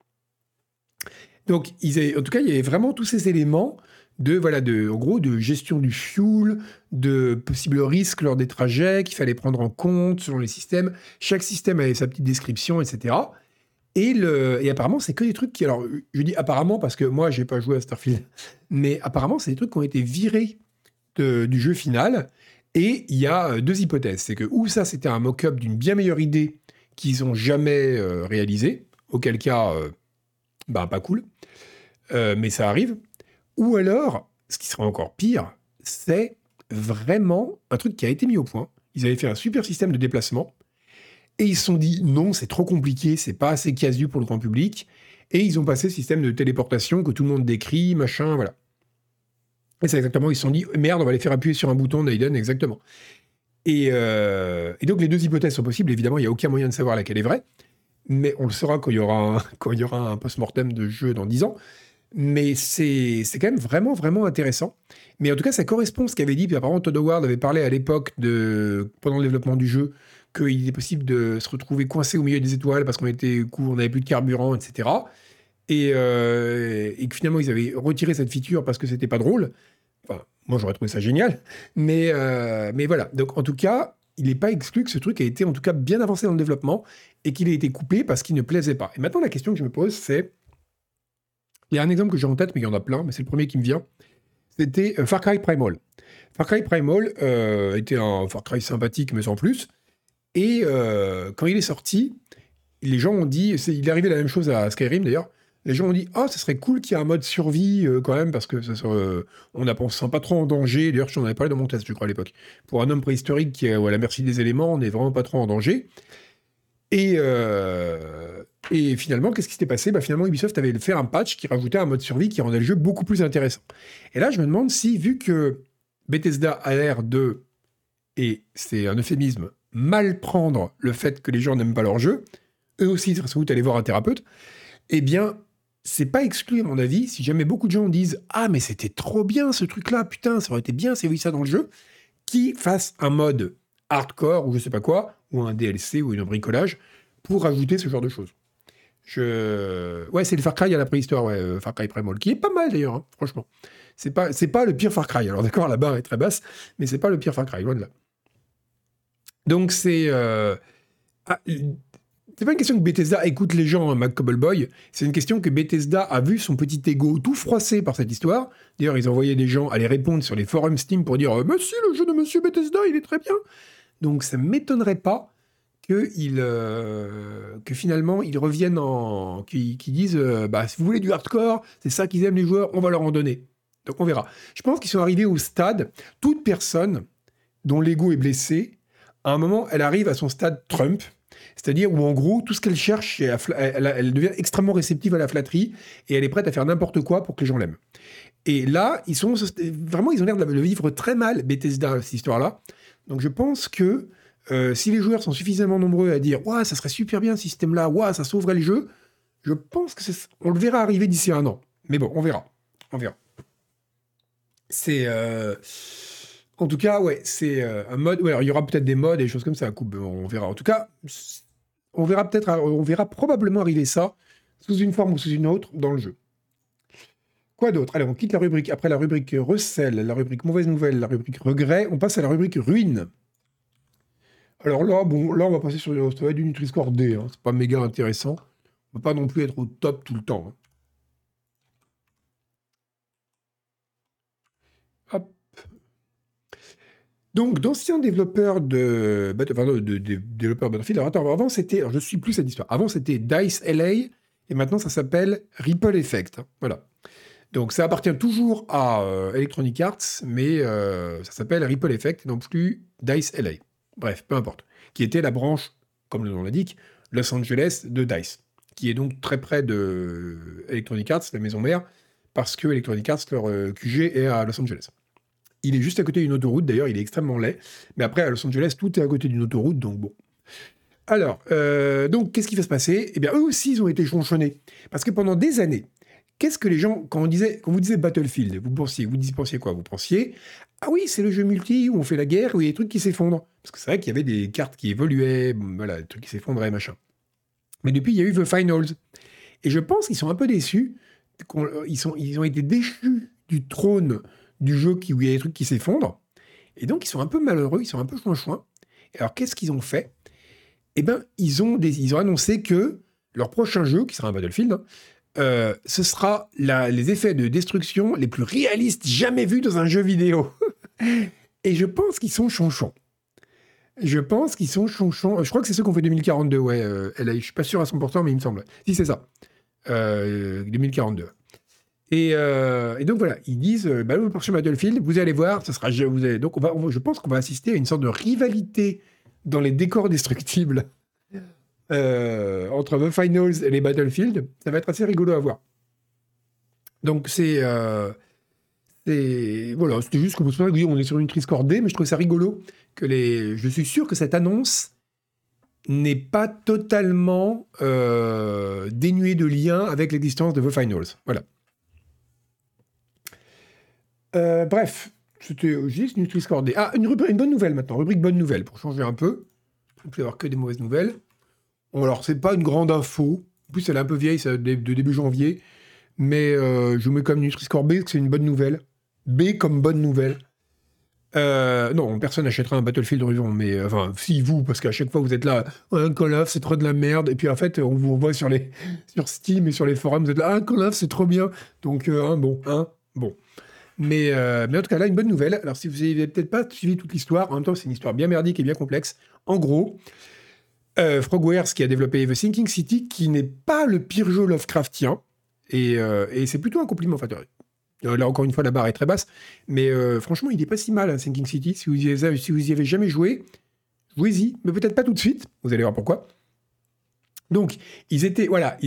Donc, en tout cas, il y avait vraiment tous ces éléments en gros, de gestion du fuel, de possibles risques lors des trajets qu'il fallait prendre en compte selon les systèmes. Chaque système avait sa petite description, etc. Et apparemment, c'est que des trucs qui... Alors, je dis apparemment parce que moi, j'ai pas joué à Starfield, mais apparemment, c'est des trucs qui ont été virés du jeu final. Et il y a deux hypothèses. C'est que ou ça, c'était un mock-up d'une bien meilleure idée qu'ils ont jamais réalisée, auquel cas, pas cool, mais ça arrive. Ou alors, ce qui serait encore pire, c'est vraiment un truc qui a été mis au point. Ils avaient fait un super système de déplacement, et ils se sont dit, non, c'est trop compliqué, c'est pas assez casu pour le grand public, et ils ont passé le système de téléportation que tout le monde décrit, machin, voilà. Et c'est exactement, ils se sont dit, merde, on va les faire appuyer sur un bouton d'Aiden, exactement. Et donc les deux hypothèses sont possibles, évidemment, il n'y a aucun moyen de savoir laquelle est vraie, mais on le saura quand il y aura un post-mortem de jeu dans 10 ans. Mais c'est quand même vraiment, vraiment intéressant. Mais en tout cas, ça correspond à ce qu'avait dit, puis apparemment Todd Howard avait parlé à l'époque, pendant le développement du jeu, qu'il est possible de se retrouver coincé au milieu des étoiles parce qu'on n'avait plus de carburant, etc. Et que finalement, ils avaient retiré cette feature parce que c'était pas drôle. Enfin, moi, j'aurais trouvé ça génial. Mais voilà. Donc, en tout cas, il n'est pas exclu que ce truc ait été, en tout cas, bien avancé dans le développement et qu'il ait été coupé parce qu'il ne plaisait pas. Et maintenant, la question que je me pose, c'est... Il y a un exemple que j'ai en tête, mais il y en a plein, mais c'est le premier qui me vient. C'était Far Cry Primal. Far Cry Primal était un Far Cry sympathique, mais sans plus. Et quand il est sorti, les gens ont dit... il est arrivé la même chose à Skyrim, d'ailleurs. Les gens ont dit « Ah, ça serait cool qu'il y ait un mode survie quand même, parce que on ne se sent pas trop en danger. » D'ailleurs, je t'en avais parlé dans mon test, je crois, à l'époque. Pour un homme préhistorique qui est à la merci des éléments, on n'est vraiment pas trop en danger. Et finalement, qu'est-ce qui s'était passé ? Finalement, Ubisoft avait fait un patch qui rajoutait un mode survie qui rendait le jeu beaucoup plus intéressant. Et là, je me demande si, vu que Bethesda a l'air de, et c'est un euphémisme, mal prendre le fait que les gens n'aiment pas leur jeu, eux aussi, ils seraient sans doute allés voir un thérapeute, eh bien, c'est pas exclu, à mon avis, si jamais beaucoup de gens disent « Ah, mais c'était trop bien ce truc-là, putain, ça aurait été bien s'il y avait eu ça dans le jeu », qui fasse un mode hardcore ou je sais pas quoi, ou un DLC ou un bricolage, pour ajouter ce genre de choses. Ouais, c'est le Far Cry à la préhistoire, ouais, Far Cry Primal, qui est pas mal d'ailleurs, hein, franchement. C'est pas le pire Far Cry. Alors d'accord, la barre est très basse, mais c'est pas le pire Far Cry, loin de là. Donc c'est pas une question que Bethesda écoute les gens, hein, McCobbleboy. C'est une question que Bethesda a vu son petit ego tout froissé par cette histoire. D'ailleurs, ils envoyaient des gens aller répondre sur les forums Steam pour dire « Mais si, le jeu de Monsieur Bethesda, il est très bien !» Donc ça m'étonnerait pas que finalement ils reviennent qu'ils disent si vous voulez du hardcore, c'est ça qu'ils aiment les joueurs, on va leur en donner. Donc on verra. Je pense qu'ils sont arrivés au stade, toute personne dont l'ego est blessé, à un moment, elle arrive à son stade Trump, c'est-à-dire où en gros, tout ce qu'elle cherche, elle devient extrêmement réceptive à la flatterie et elle est prête à faire n'importe quoi pour que les gens l'aiment. Et là, ils ont l'air de le vivre très mal, Bethesda, cette histoire-là. Donc je pense que si les joueurs sont suffisamment nombreux à dire « Ouah, ça serait super bien ce système-là, ouah, ça sauverait le jeu », je pense qu'on le verra arriver d'ici 1 an. Mais bon, on verra. On verra. C'est... En tout cas, ouais, c'est un mode... Ouais, alors, il y aura peut-être des modes et des choses comme ça. On verra. En tout cas, on verra probablement arriver ça sous une forme ou sous une autre dans le jeu. Quoi d'autre ? Allez, on quitte la rubrique. Après la rubrique recel, la rubrique mauvaise nouvelle, la rubrique regret, on passe à la rubrique ruine. Alors là, on va passer sur ça va être du Nutri-Score D. Hein. C'est pas méga intéressant. On va pas non plus être au top tout le temps. Hein. Hop. Donc, d'anciens développeurs développeurs Battlefield. Alors, attends, avant, c'était... Alors, je suis plus cette histoire. Avant, c'était DICE LA et maintenant ça s'appelle Ripple Effect. Hein, voilà. Donc ça appartient toujours à Electronic Arts, mais ça s'appelle Ripple Effect, non plus DICE LA. Bref, peu importe. Qui était la branche, comme le nom l'indique, Los Angeles de DICE, qui est donc très près de Electronic Arts, la maison mère, parce que Electronic Arts, leur QG est à Los Angeles. Il est juste à côté d'une autoroute, d'ailleurs, il est extrêmement laid. Mais après, à Los Angeles, tout est à côté d'une autoroute, donc bon. Alors, donc, qu'est-ce qui va se passer? Eh bien, eux aussi, ils ont été chonchonnés. Parce que pendant des années, qu'est-ce que les gens, quand vous disait Battlefield, vous pensiez quoi? Vous pensiez, ah oui, c'est le jeu multi où on fait la guerre, où il y a des trucs qui s'effondrent. Parce que c'est vrai qu'il y avait des cartes qui évoluaient, voilà, des trucs qui s'effondraient, machin. Mais depuis, il y a eu The Finals. Et je pense qu'ils sont un peu déçus. Ils ont été déchus du trône du jeu où il y a des trucs qui s'effondrent. Et donc, ils sont un peu malheureux, ils sont un peu chouin-chouin. Alors, qu'est-ce qu'ils ont fait? Eh bien, ils ont annoncé que leur prochain jeu, qui sera un Battlefield, ce sera les effets de destruction les plus réalistes jamais vus dans un jeu vidéo. Et je pense qu'ils sont chonchons. Je pense qu'ils sont chonchons. Je crois que c'est ceux qu'on fait 2042, ouais. Je suis pas sûr à 100%, mais il me semble. Si, c'est ça. 2042. Et donc voilà, ils disent, le prochain Battlefield, vous allez voir, ce sera, donc je pense qu'on va assister à une sorte de rivalité dans les décors destructibles entre The Finals et les Battlefield. Ça va être assez rigolo à voir. Donc voilà, c'était juste que oui, on est sur une crise cordée, mais je trouve ça rigolo je suis sûr que cette annonce n'est pas totalement dénuée de lien avec l'existence de The Finals. Voilà. Bref, c'était juste une crise cordée. Ah, une bonne nouvelle maintenant, rubrique bonne nouvelle, pour changer un peu. On peut avoir que des mauvaises nouvelles. Bon, alors, c'est pas une grande info. En plus, elle est un peu vieille, c'est de début janvier. Mais je vous mets comme une crise cordée, parce que c'est une bonne nouvelle. B comme bonne nouvelle. Non, personne n'achètera un Battlefield Horizon, mais enfin, si vous, parce qu'à chaque fois vous êtes là, un Call of, c'est trop de la merde, et puis en fait, on vous voit sur Steam et sur les forums, vous êtes là, un Call of, c'est trop bien, donc bon. Mais en tout cas, là, une bonne nouvelle. Alors, si vous n'avez peut-être pas suivi toute l'histoire, en même temps, c'est une histoire bien merdique et bien complexe. En gros, Frogwares, qui a développé The Sinking City, qui n'est pas le pire jeu Lovecraftien, et c'est plutôt un compliment. Enfin, là, encore une fois, la barre est très basse, mais franchement, il n'est pas si mal, hein, Sinking City. Si vous y avez jamais joué, jouez-y, mais peut-être pas tout de suite. Vous allez voir pourquoi. Donc, ils étaient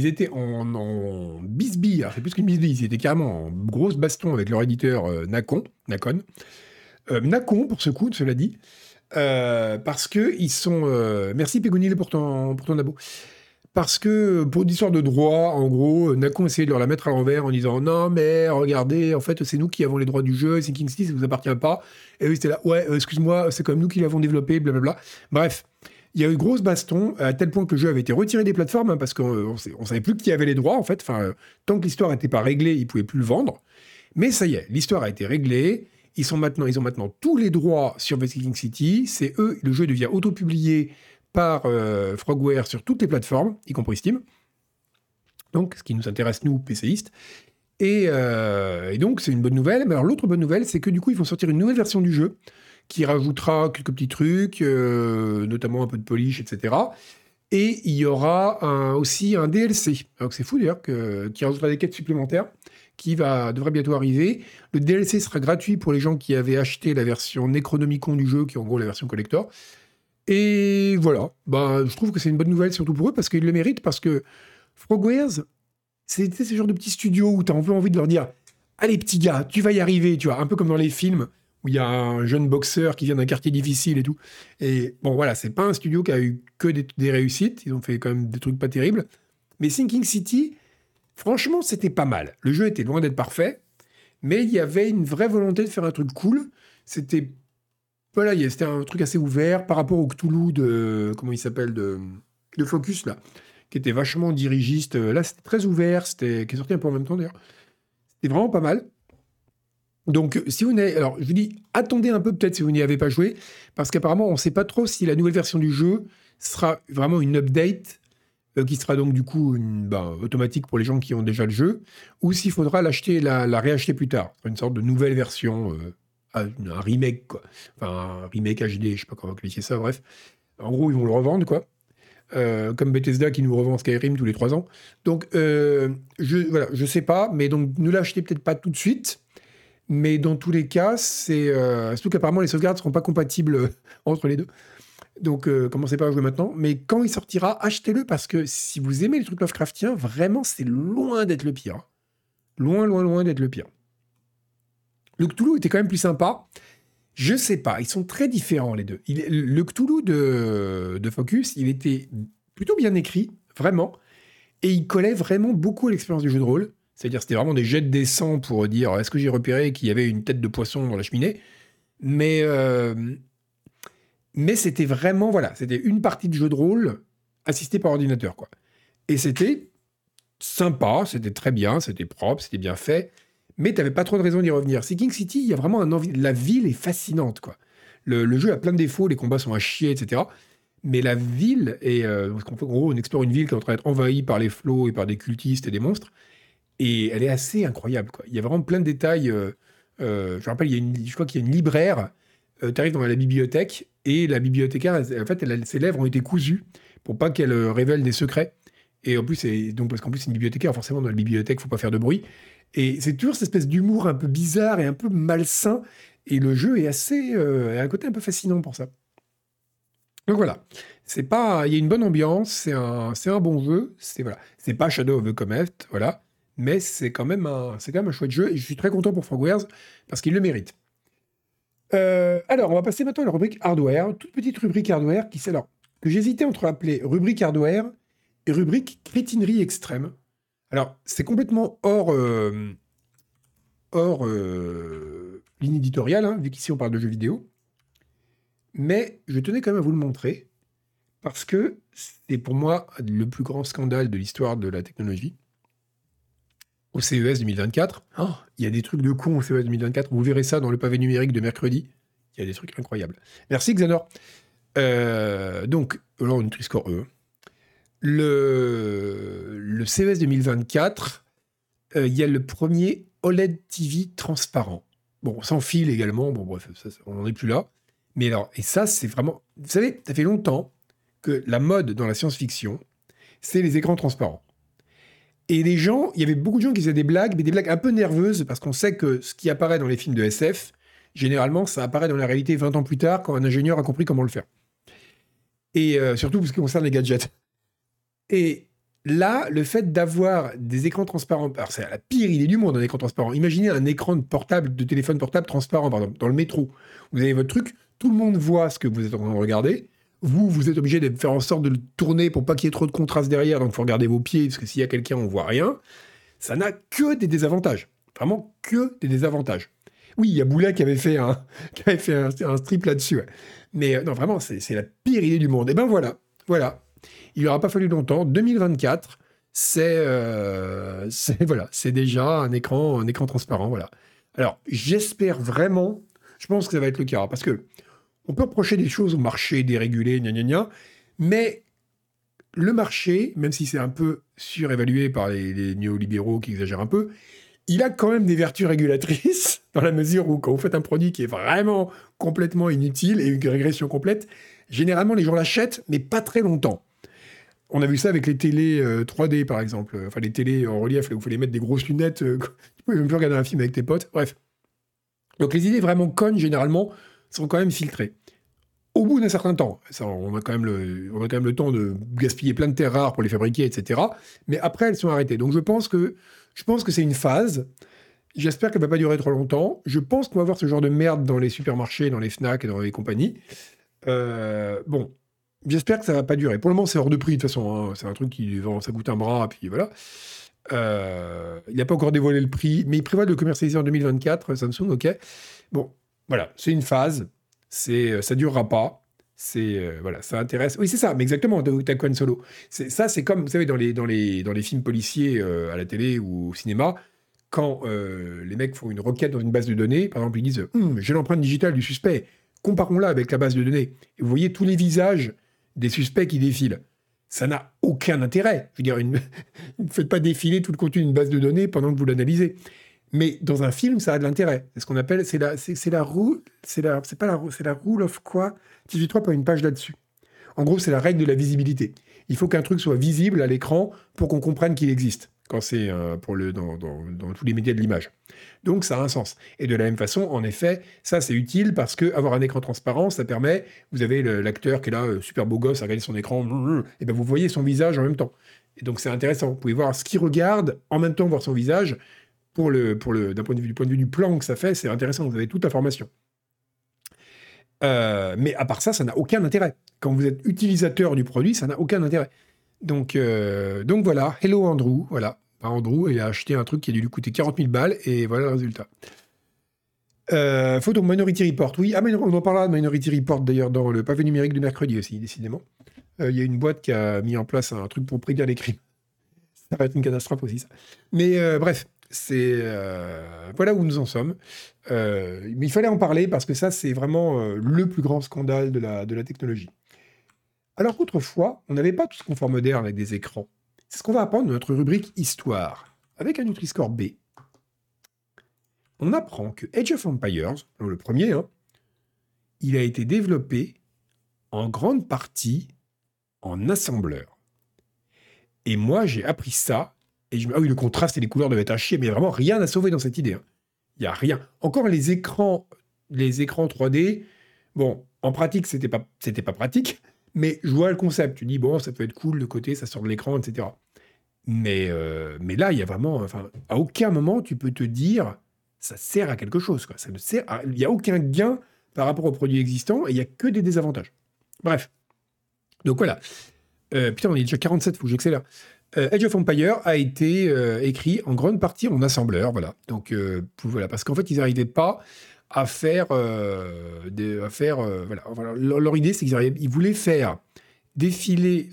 en bisbille, alors c'est plus qu'une bisbille, ils étaient carrément en grosse baston avec leur éditeur Nacon, Nacon pour ce coup, cela dit, parce que ils sont... merci Pégonil pour ton abo. Parce que, pour l'histoire de droit, en gros, Nacon essayait de leur la mettre à l'envers en disant « Non, mais regardez, en fait, c'est nous qui avons les droits du jeu, Sinking City, ça ne vous appartient pas. » Et eux, c'était là « Ouais, excuse-moi, c'est comme nous qui l'avons développé, blablabla. » Bref, il y a eu grosse baston, à tel point que le jeu avait été retiré des plateformes, hein, parce qu'on ne savait plus qui avait les droits, en fait. Enfin, tant que l'histoire n'était pas réglée, ils ne pouvaient plus le vendre. Mais ça y est, l'histoire a été réglée. Ils ont maintenant tous les droits sur The Sinking City. C'est eux, le jeu devient auto-publié par Frogware sur toutes les plateformes, y compris Steam. Donc, ce qui nous intéresse, nous, PCistes. Et donc, c'est une bonne nouvelle. Mais alors, l'autre bonne nouvelle, c'est que du coup, ils vont sortir une nouvelle version du jeu qui rajoutera quelques petits trucs, notamment un peu de polish, etc. Et il y aura aussi un DLC. Alors c'est fou d'ailleurs, qui rajoutera des quêtes supplémentaires, qui devrait bientôt arriver. Le DLC sera gratuit pour les gens qui avaient acheté la version Necronomicon du jeu, qui est en gros la version collector. Et voilà, je trouve que c'est une bonne nouvelle, surtout pour eux, parce qu'ils le méritent, parce que Frogwares, c'est ce genre de petit studio où tu as un peu envie de leur dire « Allez petit gars, tu vas y arriver », tu vois, un peu comme dans les films, où il y a un jeune boxeur qui vient d'un quartier difficile et tout. Et bon, voilà, c'est pas un studio qui a eu que des réussites, ils ont fait quand même des trucs pas terribles. Mais Sinking City, franchement, c'était pas mal. Le jeu était loin d'être parfait, mais il y avait une vraie volonté de faire un truc cool. C'était un truc assez ouvert par rapport au Cthulhu comment il s'appelle, de Focus, là, qui était vachement dirigiste. Là, c'était très ouvert, qui est sorti un peu en même temps, d'ailleurs. C'était vraiment pas mal. Donc, alors, je vous dis, attendez un peu peut-être si vous n'y avez pas joué, parce qu'apparemment, on ne sait pas trop si la nouvelle version du jeu sera vraiment une update, qui sera donc du coup automatique pour les gens qui ont déjà le jeu, ou s'il faudra la réacheter plus tard. Une sorte de nouvelle version, un remake, quoi. Enfin, un remake HD, je ne sais pas comment qualifier ça, bref. En gros, ils vont le revendre, quoi. comme Bethesda qui nous revend Skyrim tous les 3 ans. Donc, je sais pas, mais donc ne l'achetez peut-être pas tout de suite. Mais dans tous les cas, surtout qu'apparemment les sauvegardes ne seront pas compatibles entre les deux. Donc, commencez pas à jouer maintenant. Mais quand il sortira, achetez-le parce que si vous aimez les trucs Lovecraftiens, vraiment, c'est loin d'être le pire. Loin, loin, loin d'être le pire. Le Cthulhu était quand même plus sympa. Je sais pas, ils sont très différents les deux. Le Cthulhu de Focus, il était plutôt bien écrit, vraiment. Et il collait vraiment beaucoup à l'expérience du jeu de rôle. C'est-à-dire, c'était vraiment des jets de dés 100 pour dire est-ce que j'ai repéré qu'il y avait une tête de poisson dans la cheminée. Mais c'était vraiment, voilà, c'était une partie de jeu de rôle assistée par ordinateur, quoi. Et c'était sympa, c'était très bien, c'était propre, c'était bien fait, mais t'avais pas trop de raison d'y revenir. Sinking City, il y a vraiment un envie. La ville est fascinante, quoi. Le jeu a plein de défauts, les combats sont à chier, etc. Mais la ville est. Parce qu'en gros, on explore une ville qui est en train d'être envahie par les flots et par des cultistes et des monstres. Et elle est assez incroyable, quoi. Il y a vraiment plein de détails. Je me rappelle, je crois qu'il y a une libraire. Tu arrives dans la bibliothèque et la bibliothécaire, en fait, ses lèvres ont été cousues pour pas qu'elle révèle des secrets. Et en plus, parce qu'en plus, c'est une bibliothécaire, forcément, dans la bibliothèque, faut pas faire de bruit. Et c'est toujours cette espèce d'humour un peu bizarre et un peu malsain. Et le jeu est a un côté un peu fascinant pour ça. Donc voilà. Il y a une bonne ambiance, c'est un bon jeu. Voilà. C'est pas Shadow of the Comet, voilà. Mais c'est quand même un chouette jeu. Et je suis très content pour Frogwares parce qu'il le mérite. Alors, on va passer maintenant à la rubrique hardware. Toute petite rubrique hardware que j'hésitais entre appeler rubrique hardware et rubrique crétinerie extrême. Alors, c'est complètement hors ligne éditoriale, hein, vu qu'ici on parle de jeux vidéo. Mais je tenais quand même à vous le montrer, parce que c'est pour moi le plus grand scandale de l'histoire de la technologie. Au CES 2024, il y a des trucs de con au CES 2024, vous verrez ça dans le pavé numérique de mercredi, il y a des trucs incroyables. Merci Xanor. Donc, alors une Triscore E. Le CES 2024, il y a le premier OLED TV transparent. Bon, sans fil également, bon bref, on n'en est plus là. Mais alors, et ça, c'est vraiment... Vous savez, ça fait longtemps que la mode dans la science-fiction, c'est les écrans transparents. Et il y avait beaucoup de gens qui faisaient des blagues, mais des blagues un peu nerveuses, parce qu'on sait que ce qui apparaît dans les films de SF, généralement, ça apparaît dans la réalité 20 ans plus tard, quand un ingénieur a compris comment le faire. Et surtout pour ce qui concerne les gadgets. Et là, le fait d'avoir des écrans transparents, alors c'est la pire idée du monde, un écran transparent. Imaginez un écran de téléphone portable transparent, par exemple, dans le métro. Vous avez votre truc, tout le monde voit ce que vous êtes en train de regarder. Vous êtes obligé de faire en sorte de le tourner pour pas qu'il y ait trop de contraste derrière, donc il faut regarder vos pieds, parce que s'il y a quelqu'un, on voit rien. Ça n'a que des désavantages. Vraiment que des désavantages. Oui, il y a Boulet qui avait fait un strip là-dessus. Ouais. Mais non, vraiment, c'est la pire idée du monde. Et ben voilà. Il n'aura pas fallu longtemps. 2024, c'est déjà un écran transparent. Voilà. Alors, j'espère vraiment, je pense que ça va être le cas, parce que on peut reprocher des choses au marché dérégulé, mais le marché, même si c'est un peu surévalué par les néolibéraux qui exagèrent un peu, il a quand même des vertus régulatrices, dans la mesure où quand vous faites un produit qui est vraiment complètement inutile et une régression complète, généralement les gens l'achètent, mais pas très longtemps. On a vu ça avec les télés 3D, par exemple. Enfin, les télés en relief, là où il fallait mettre des grosses lunettes. Tu pouvais même plus regarder un film avec tes potes. Bref. Donc, les idées vraiment connes, généralement, sont quand même filtrées. Au bout d'un certain temps, on a quand même le temps de gaspiller plein de terres rares pour les fabriquer, etc. Mais après, elles sont arrêtées. Donc, je pense que c'est une phase. J'espère qu'elle ne va pas durer trop longtemps. Je pense qu'on va voir ce genre de merde dans les supermarchés, dans les FNAC et dans les compagnies. Bon, j'espère que ça va pas durer. Pour le moment, c'est hors de prix, de toute façon. Hein. C'est un truc qui vend, ça coûte un bras, puis voilà. Il n'a pas encore dévoilé le prix, mais il prévoit de le commercialiser en 2024, Samsung, ok. Bon, voilà, c'est une phase. Ça durera pas. Voilà, ça intéresse. Oui, c'est ça, mais exactement, Taco Solo. C'est comme, vous savez, dans les films policiers à la télé ou au cinéma, quand les mecs font une requête dans une base de données, par exemple, ils disent j'ai l'empreinte digitale du suspect, comparons-la avec la base de données. Et vous voyez tous les visages des suspects qui défilent. Ça n'a aucun intérêt. Je veux dire, ne faites pas défiler tout le contenu d'une base de données pendant que vous l'analysez. Mais dans un film, ça a de l'intérêt. C'est ce qu'on appelle, c'est la rule of quoi 18.3 pas une page là-dessus. En gros, c'est la règle de la visibilité. Il faut qu'un truc soit visible à l'écran pour qu'on comprenne qu'il existe, quand c'est dans tous les médias de l'image. Donc, ça a un sens. Et de la même façon, en effet, ça, c'est utile parce que avoir un écran transparent, ça permet, vous avez l'acteur qui est là, super beau gosse, à regarder son écran, et ben vous voyez son visage en même temps. Et donc, c'est intéressant. Vous pouvez voir ce qu'il regarde, en même temps voir son visage. D'un point de vue du plan que ça fait, c'est intéressant. Vous avez toute l'information. Mais à part ça, ça n'a aucun intérêt. Quand vous êtes utilisateur du produit, ça n'a aucun intérêt. Donc voilà, hello Andrew, voilà. Andrew, il a acheté un truc qui a dû lui coûter 40 000 balles, et voilà le résultat. Photo Minority Report, oui. Ah, mais on en parlera de Minority Report, d'ailleurs, dans le pavé numérique de mercredi aussi, décidément. Il y a une boîte qui a mis en place un truc pour prédire les crimes. Ça va être une catastrophe aussi, ça. Mais bref, voilà où nous en sommes. Mais il fallait en parler parce que ça, c'est vraiment le plus grand scandale de la technologie. Alors qu'autrefois, on n'avait pas tout ce confort moderne avec des écrans. C'est ce qu'on va apprendre dans notre rubrique Histoire. Avec un Nutri-Score B, on apprend que Age of Empires, le premier, il a été développé en grande partie en assembleur. Et moi, j'ai appris ça, et ah oui, le contraste et les couleurs devaient être à chier, mais vraiment rien à sauver dans cette idée. Il n'y a rien. Encore les écrans 3D, bon, en pratique, c'était pas pratique, mais je vois le concept. Tu dis, bon, ça peut être cool, le côté, ça sort de l'écran, etc. Mais là, il y a vraiment... Enfin, à aucun moment, tu peux te dire, ça sert à quelque chose, quoi. Ça ne sert il n'y a aucun gain par rapport aux produits existants, et il n'y a que des désavantages. Bref. Donc voilà. Putain, on est déjà 47, faut que j'accélère. Age of Empires a été écrit en grande partie en assembleur, voilà. Donc voilà, parce qu'en fait, ils n'arrivaient pas à faire, voilà. Leur idée, c'est qu'ils voulaient faire défiler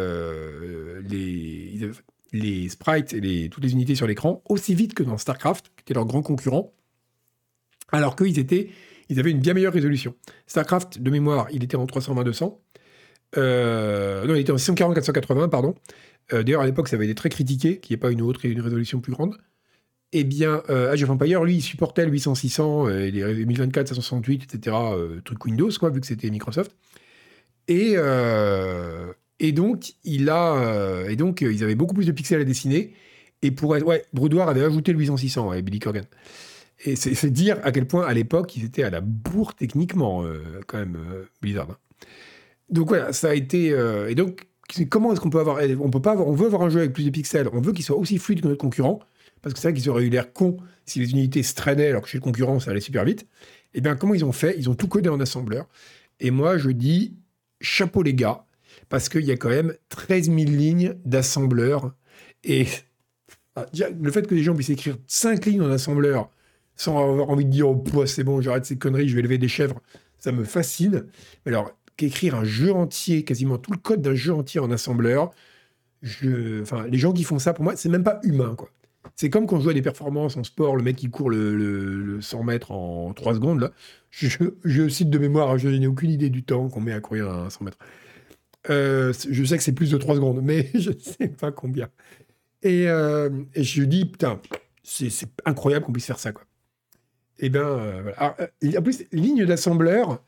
les sprites et toutes les unités sur l'écran aussi vite que dans StarCraft, qui était leur grand concurrent, alors qu'ils avaient une bien meilleure résolution. StarCraft, de mémoire, il était en 320-200. Non, il était en 640-480, pardon. D'ailleurs, à l'époque, ça avait été très critiqué, qu'il n'y ait pas une résolution plus grande. Eh bien, Age of Empires, lui, il supportait le 800-600, et les 1024, 568, etc., truc Windows, quoi, vu que c'était Microsoft. Et donc, ils avaient beaucoup plus de pixels à dessiner. Et Broudoir avait ajouté le 800-600, Billy Corgan. Et c'est dire à quel point, à l'époque, ils étaient à la bourre techniquement, quand même, Blizzard. Donc voilà, ça a été... et donc, comment est-ce qu'on peut avoir... On veut avoir un jeu avec plus de pixels, on veut qu'il soit aussi fluide que notre concurrent, parce que c'est vrai qu'ils auraient eu l'air cons si les unités se traînaient, alors que chez le concurrent, ça allait super vite. Et bien, comment ils ont fait? Ils ont tout codé en assembleur. Et moi, je dis, chapeau les gars, parce qu'il y a quand même 13 000 lignes d'assembleur. Et déjà, le fait que les gens puissent écrire 5 lignes en assembleur, sans avoir envie de dire, oh, c'est bon, j'arrête ces conneries, je vais élever des chèvres, ça me fascine. Mais alors, qu'écrire un jeu entier, quasiment tout le code d'un jeu entier en assembleur, les gens qui font ça, pour moi, c'est même pas humain, quoi. C'est comme quand on joue à des performances en sport, le mec qui court le 100 mètres en 3 secondes, là. Je cite de mémoire, je n'ai aucune idée du temps qu'on met à courir à 100 mètres. Je sais que c'est plus de 3 secondes, mais je ne sais pas combien. Et je dis, putain, c'est incroyable qu'on puisse faire ça, quoi. Et ben, voilà. En plus, ligne d'assembleur,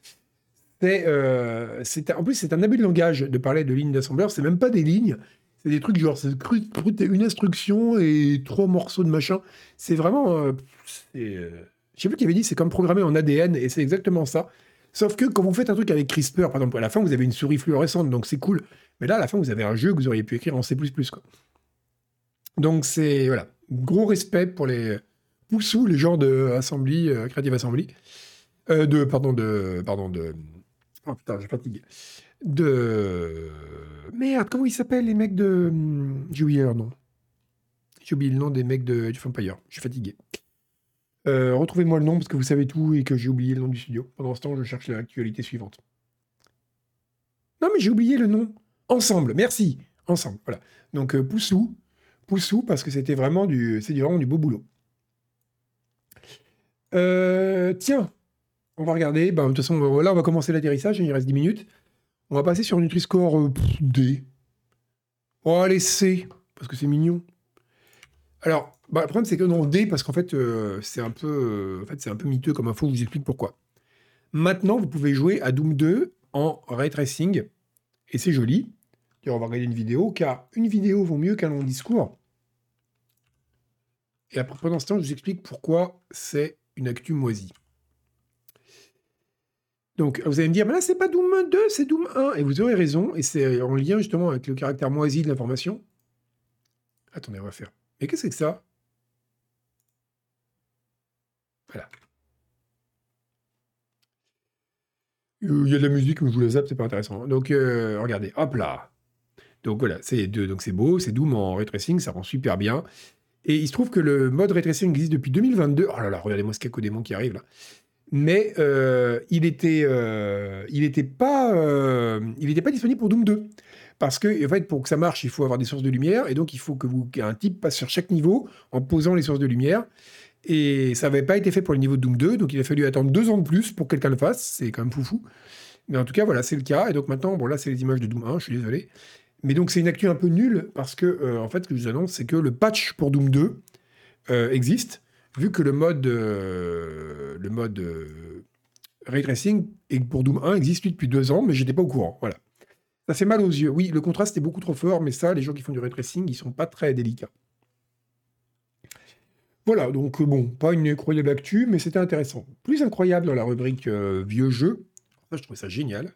en plus, c'est un abus de langage de parler de ligne d'assembleur. C'est même pas des lignes. C'est des trucs genre, c'est une instruction et 3 morceaux de machin. C'est vraiment... je sais plus qui avait dit, c'est comme programmé en ADN, et c'est exactement ça. Sauf que quand vous faites un truc avec CRISPR, par exemple, à la fin, vous avez une souris fluorescente, donc c'est cool. Mais là, à la fin, vous avez un jeu que vous auriez pu écrire en C++, quoi. Donc c'est... Voilà. Gros respect pour les poussous, les gens de Assembly, Creative Assembly. Oh putain, j'ai fatigué. Merde, comment ils s'appellent les mecs de... J'ai oublié leur nom. J'ai oublié le nom des mecs de Age of Empires. Je suis fatigué. Retrouvez-moi le nom parce que vous savez tout et que j'ai oublié le nom du studio. Pendant ce temps, je cherche l'actualité suivante. Non, mais j'ai oublié le nom. Ensemble, merci. Ensemble, voilà. Donc, Poussou, parce que c'était vraiment vraiment du beau boulot. Tiens, on va regarder. De toute façon, là, on va commencer l'atterrissage. Il reste 10 minutes. On va passer sur Nutri-Score D. On va aller C, parce que c'est mignon. Alors, le problème, c'est que non, D, parce qu'en fait, c'est un peu miteux comme info. Je vous explique pourquoi. Maintenant, vous pouvez jouer à Doom 2 en ray tracing. Et c'est joli. Et on va regarder une vidéo, car une vidéo vaut mieux qu'un long discours. Et après, pendant ce temps, je vous explique pourquoi c'est une actu moisie. Donc, vous allez me dire, mais là, c'est pas Doom 2, c'est Doom 1. Et vous aurez raison, et c'est en lien justement avec le caractère moisi de l'information. Attendez, on va faire. Mais qu'est-ce que c'est que ça? Voilà. Il y a de la musique, mais je vous la zappe, c'est pas intéressant. Donc, regardez, hop là. Donc voilà, donc c'est beau, c'est Doom en ray tracing, ça rend super bien. Et il se trouve que le mode ray tracing existe depuis 2022. Oh là là, regardez-moi ce cacodémon qui arrive là. Mais il était pas disponible pour Doom 2. Parce que, en fait, pour que ça marche, il faut avoir des sources de lumière, et donc il faut qu'un type passe sur chaque niveau en posant les sources de lumière. Et ça n'avait pas été fait pour le niveau de Doom 2, donc il a fallu attendre 2 ans de plus pour que quelqu'un le fasse. C'est quand même foufou. Mais en tout cas, voilà, c'est le cas. Et donc maintenant, bon là, c'est les images de Doom 1, je suis désolé. Mais donc c'est une actu un peu nulle, parce que, en fait, ce que je vous annonce, c'est que le patch pour Doom 2 existe, vu que le mode Ray Tracing et pour Doom 1 existe lui depuis 2 ans, mais j'étais pas au courant. Voilà. Ça fait mal aux yeux. Oui, le contraste est beaucoup trop fort, mais ça, les gens qui font du Ray Tracing, ils sont pas très délicats. Voilà, donc bon, pas une incroyable actu, mais c'était intéressant. Plus incroyable dans la rubrique vieux jeux, ça, je trouvais ça génial.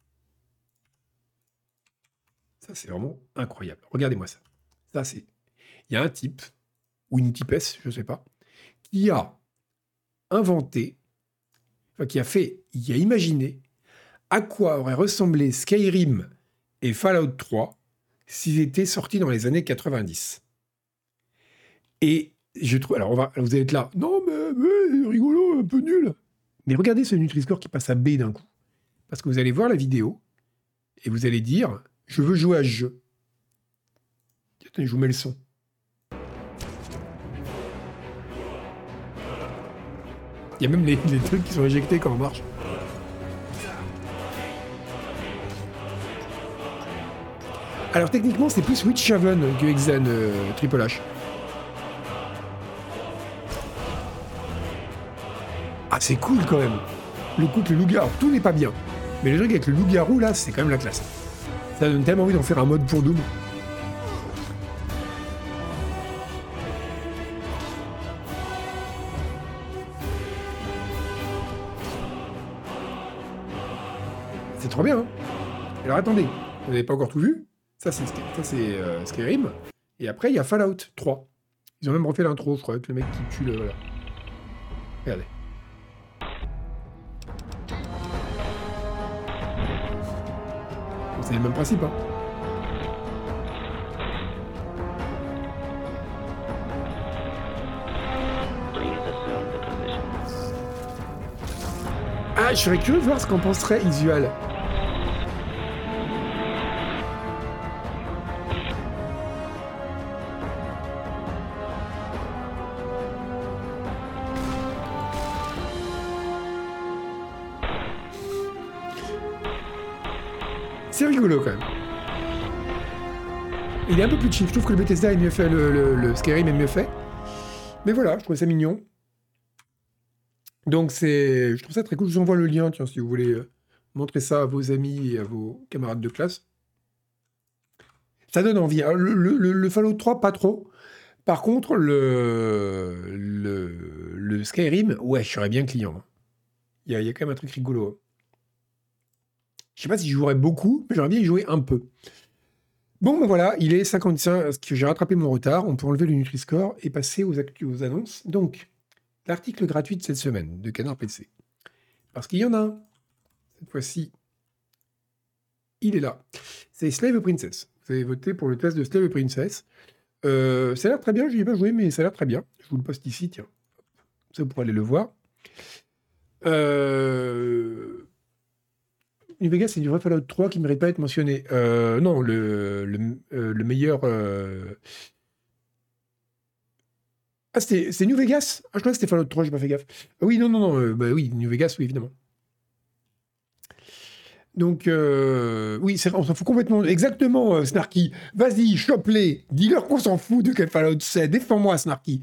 Ça, c'est vraiment incroyable. Regardez-moi ça. Ça, c'est... Il y a un type, ou une typesse, je sais pas, qui a inventé, enfin, qui a imaginé à quoi aurait ressemblé Skyrim et Fallout 3 s'ils étaient sortis dans les années 90. Et je trouve... Alors, vous allez être là. Non, mais rigolo, un peu nul. Mais regardez ce Nutri-Score qui passe à B d'un coup. Parce que vous allez voir la vidéo et vous allez dire, je veux jouer à ce jeu. Attendez, je vous mets le son. Il y a même les trucs qui sont éjectés quand on marche. Alors techniquement, c'est plus Witchhaven que Exen Triple H. Ah, c'est cool quand même. Le coup avec le loup-garou, tout n'est pas bien. Mais le truc avec le loup-garou, là, c'est quand même la classe. Ça donne tellement envie d'en faire un mode pour Doom. C'est trop bien, hein. Alors attendez, vous n'avez pas encore tout vu. Ça, c'est Skyrim. Et après, il y a Fallout 3. Ils ont même refait l'intro, je crois, avec le mec qui tue le... Voilà. Regardez. C'est le même principe, hein. Ah, je serais curieux de voir ce qu'en penserait Isual. C'est rigolo quand même. Il est un peu plus cheap. Je trouve que le Bethesda est mieux fait, le Skyrim est mieux fait. Mais voilà, je trouve ça mignon. Donc je trouve ça très cool. Je vous envoie le lien, tiens, si vous voulez montrer ça à vos amis et à vos camarades de classe. Ça donne envie. Alors, le Fallout 3, pas trop. Par contre, le Skyrim, ouais, je serais bien client, hein. Il y a quand même un truc rigolo, hein. Je sais pas si je jouerais beaucoup, mais j'aimerais bien y jouer un peu. Bon, ben voilà, il est 55, j'ai rattrapé mon retard. On peut enlever le Nutri-Score et passer aux annonces. Donc, l'article gratuit de cette semaine de Canard PC. Parce qu'il y en a un. Cette fois-ci, il est là. C'est Slave Princess. Vous avez voté pour le test de Slave Princess. Ça a l'air très bien, je n'y ai pas joué, mais ça a l'air très bien. Je vous le poste ici, tiens. Ça, vous pourrez aller le voir. New Vegas, c'est du vrai Fallout 3 qui ne mérite pas d'être mentionné. Non, le meilleur... Ah, c'est New Vegas? Ah, je crois que c'était Fallout 3, j'ai pas fait gaffe. Ah oui, non, bah oui, New Vegas, oui, évidemment. Donc, oui, on s'en fout complètement. Exactement, Snarky. Vas-y, chope-les. Dis-leur qu'on s'en fout de quel Fallout c'est. Défends-moi, Snarky.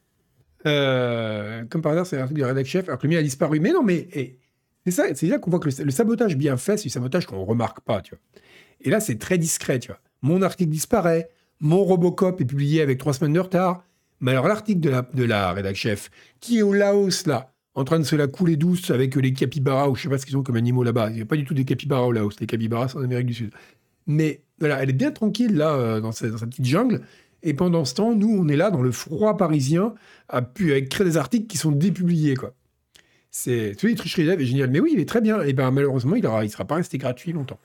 Comme par hasard, c'est l'article de Rédac Chef, alors que le mien a disparu. Mais non, mais c'est là qu'on voit que le sabotage bien fait, c'est du sabotage qu'on remarque pas, tu vois. Et là, c'est très discret, tu vois. Mon article disparaît, mon Robocop est publié avec 3 semaines de retard. Mais alors, l'article de la rédac chef, qui est au Laos, là, en train de se la couler douce avec les capybaras, ou je sais pas ce qu'ils ont comme animaux là-bas. Il n'y a pas du tout des capybaras au Laos. Les capybaras, c'est en Amérique du Sud. Mais voilà, elle est bien tranquille, là, dans sa petite jungle. Et pendant ce temps, nous, on est là, dans le froid parisien, à créer des articles qui sont dépubliés, quoi. C'est, tu vois, les tricheries d'élèves est génial. Mais oui, il est très bien. Et ben malheureusement, il sera pas resté gratuit longtemps.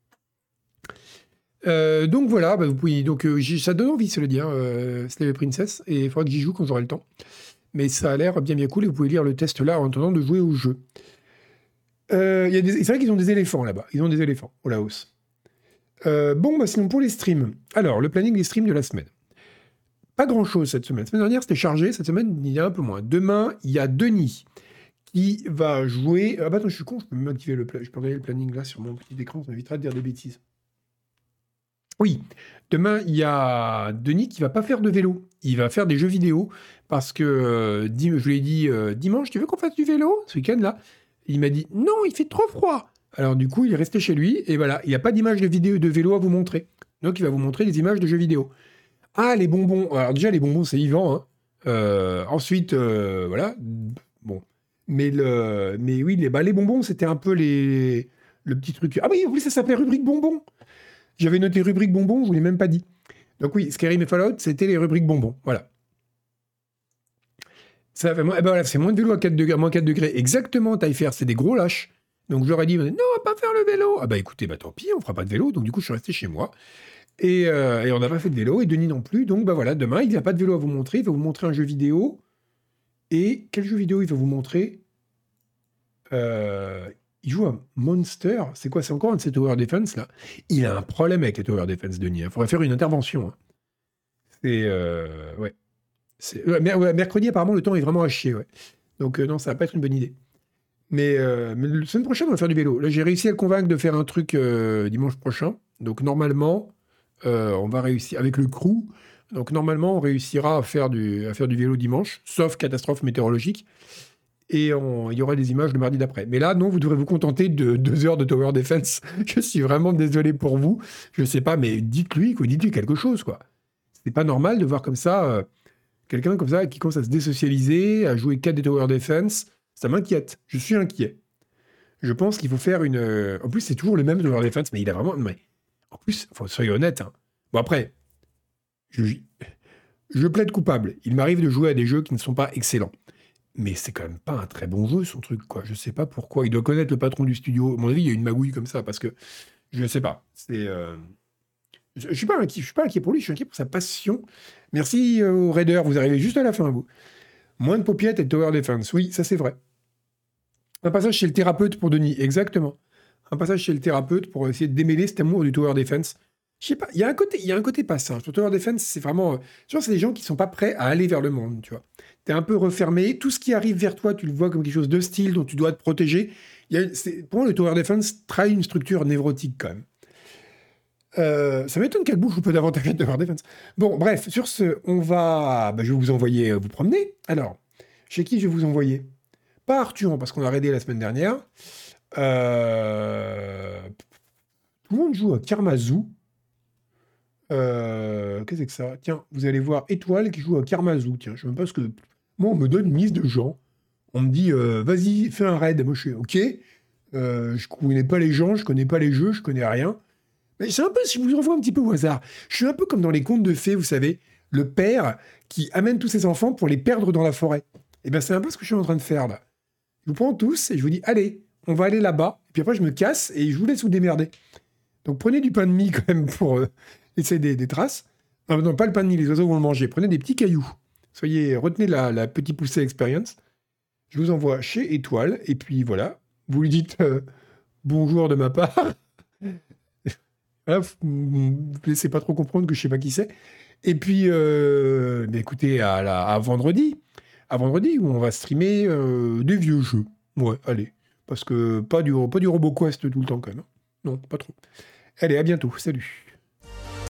Donc voilà, bah, vous pouvez, donc ça donne envie, cela dit, Slave Princess, et il faudra que j'y joue quand j'aurai le temps. Mais ça a l'air bien cool, et vous pouvez lire le test là en attendant de jouer au jeu. C'est vrai qu'ils ont des éléphants là-bas, ils ont des éléphants au Laos. Bon, bah, sinon pour les streams. Alors, le planning des streams de la semaine. Pas grand-chose cette semaine. La semaine dernière, c'était chargé, cette semaine, il y a un peu moins. Demain, il y a Denis qui va jouer... Ah bah attends, je suis con, je peux même activer je peux regarder le planning là sur mon petit écran, ça m'évitera de dire des bêtises. Oui, demain, il y a Denis qui va pas faire de vélo. Il va faire des jeux vidéo parce que, je lui ai dit, dimanche, tu veux qu'on fasse du vélo ce week-end là? Il m'a dit, non, il fait trop froid. Alors du coup, il est resté chez lui et voilà, il n'y a pas d'image de vidéo de vélo à vous montrer. Donc il va vous montrer des images de jeux vidéo. Ah, les bonbons. Alors déjà, les bonbons, c'est vivant, hein. Ensuite, voilà. Bon. Mais oui, les bonbons, c'était un peu le petit truc. Ah oui, en plus, ça s'appelait rubrique bonbons. J'avais noté rubrique bonbons, je vous l'ai même pas dit. Donc oui, Skyrim et Fallout, c'était les rubriques bonbons. Voilà. Ça fait, ben voilà, c'est moins de vélo à 4 degrés, moins 4 degrés. Exactement, taille faire, c'est des gros lâches. Donc j'aurais dit, non, on va pas faire le vélo. Ah bah écoutez, bah tant pis, on fera pas de vélo. Donc du coup, je suis resté chez moi. Et on n'a pas fait de vélo, et Denis non plus. Donc bah voilà, demain, il n'a pas de vélo à vous montrer. Il va vous montrer un jeu vidéo. Et quel jeu vidéo il va vous montrer? Il joue à Monster. C'est quoi? C'est encore un de ces Tower Defense, là. Il a un problème avec les Tower Defense, Denis. Il faudrait faire une intervention. Hein. C'est... ouais. Mercredi, apparemment, le temps est vraiment à chier, ouais. Donc non, ça va pas être une bonne idée. Mais la semaine prochaine, on va faire du vélo. Là, j'ai réussi à le convaincre de faire un truc dimanche prochain. Donc normalement, on va réussir avec le crew. Donc normalement, on réussira à faire du vélo dimanche, sauf catastrophe météorologique. Et il y aura des images le mardi d'après. Mais là, non, vous devrez vous contenter de 2 heures de Tower Defense. Je suis vraiment désolé pour vous. Je sais pas, mais dites-lui quelque chose, quoi. C'est pas normal de voir comme ça, quelqu'un comme ça qui commence à se désocialiser, à jouer 4 des Tower Defense. Ça m'inquiète. Je suis inquiet. Je pense qu'il faut faire une... En plus, c'est toujours le même Tower Defense, mais il a vraiment... Mais... En plus, soyez honnête. Hein. Bon, après, je plaide coupable. Il m'arrive de jouer à des jeux qui ne sont pas excellents. Mais c'est quand même pas un très bon jeu, son truc, quoi. Je sais pas pourquoi. Il doit connaître le patron du studio. À mon avis, il y a une magouille comme ça, parce que je sais pas. C'est... Je suis pas inquiet pour lui, je suis inquiet pour sa passion. Merci aux raiders, vous arrivez juste à la fin, vous. Moins de paupiètes et de Tower Defense. Oui, ça c'est vrai. Un passage chez le thérapeute pour Denis, exactement. Un passage chez le thérapeute pour essayer de démêler cet amour du Tower Defense. Je sais pas, il y a un côté pas sain. Le Tower Defense, c'est vraiment... tu vois, c'est des gens qui sont pas prêts à aller vers le monde, tu vois. T'es un peu refermé, tout ce qui arrive vers toi, tu le vois comme quelque chose d'hostile dont tu dois te protéger. Pour moi, le Tower Defense trahit une structure névrotique, quand même. Ça m'étonne qu'elle bouge un peu davantage de Tower Defense. Bon, bref, sur ce, on va... je vais vous envoyer vous promener. Alors, chez qui je vais vous envoyer? Pas Arthur, parce qu'on a raidé la semaine dernière. Tout le monde joue à Karmazou. Qu'est-ce que c'est que ça? Tiens, vous allez voir Étoile qui joue à Karmazou. Tiens, je sais même pas ce que... Moi, on me donne une liste de gens. On me dit, vas-y, fais un raid. Moi, je suis OK. Je connais pas les gens, je connais pas les jeux, je connais rien. Mais c'est un peu, si je vous envoie un petit peu au hasard, je suis un peu comme dans les contes de fées, vous savez, le père qui amène tous ses enfants pour les perdre dans la forêt. Et bien, c'est un peu ce que je suis en train de faire, là. Je vous prends tous et je vous dis, allez, on va aller là-bas. Et puis après, je me casse et je vous laisse vous démerder. Donc, prenez du pain de mie quand même pour laisser des traces. Non, pas le pain de mie, les oiseaux vont le manger. Prenez des petits cailloux. Retenez la petite poussée expérience. Je vous envoie chez Étoile. Et puis, voilà, vous lui dites bonjour de ma part. Voilà, vous ne laissez pas trop comprendre que je ne sais pas qui c'est. Et puis, écoutez, à vendredi. À vendredi, où on va streamer des vieux jeux. Ouais, allez. Parce que pas du RoboQuest tout le temps, quand même. Non, pas trop. Allez, à bientôt. Salut.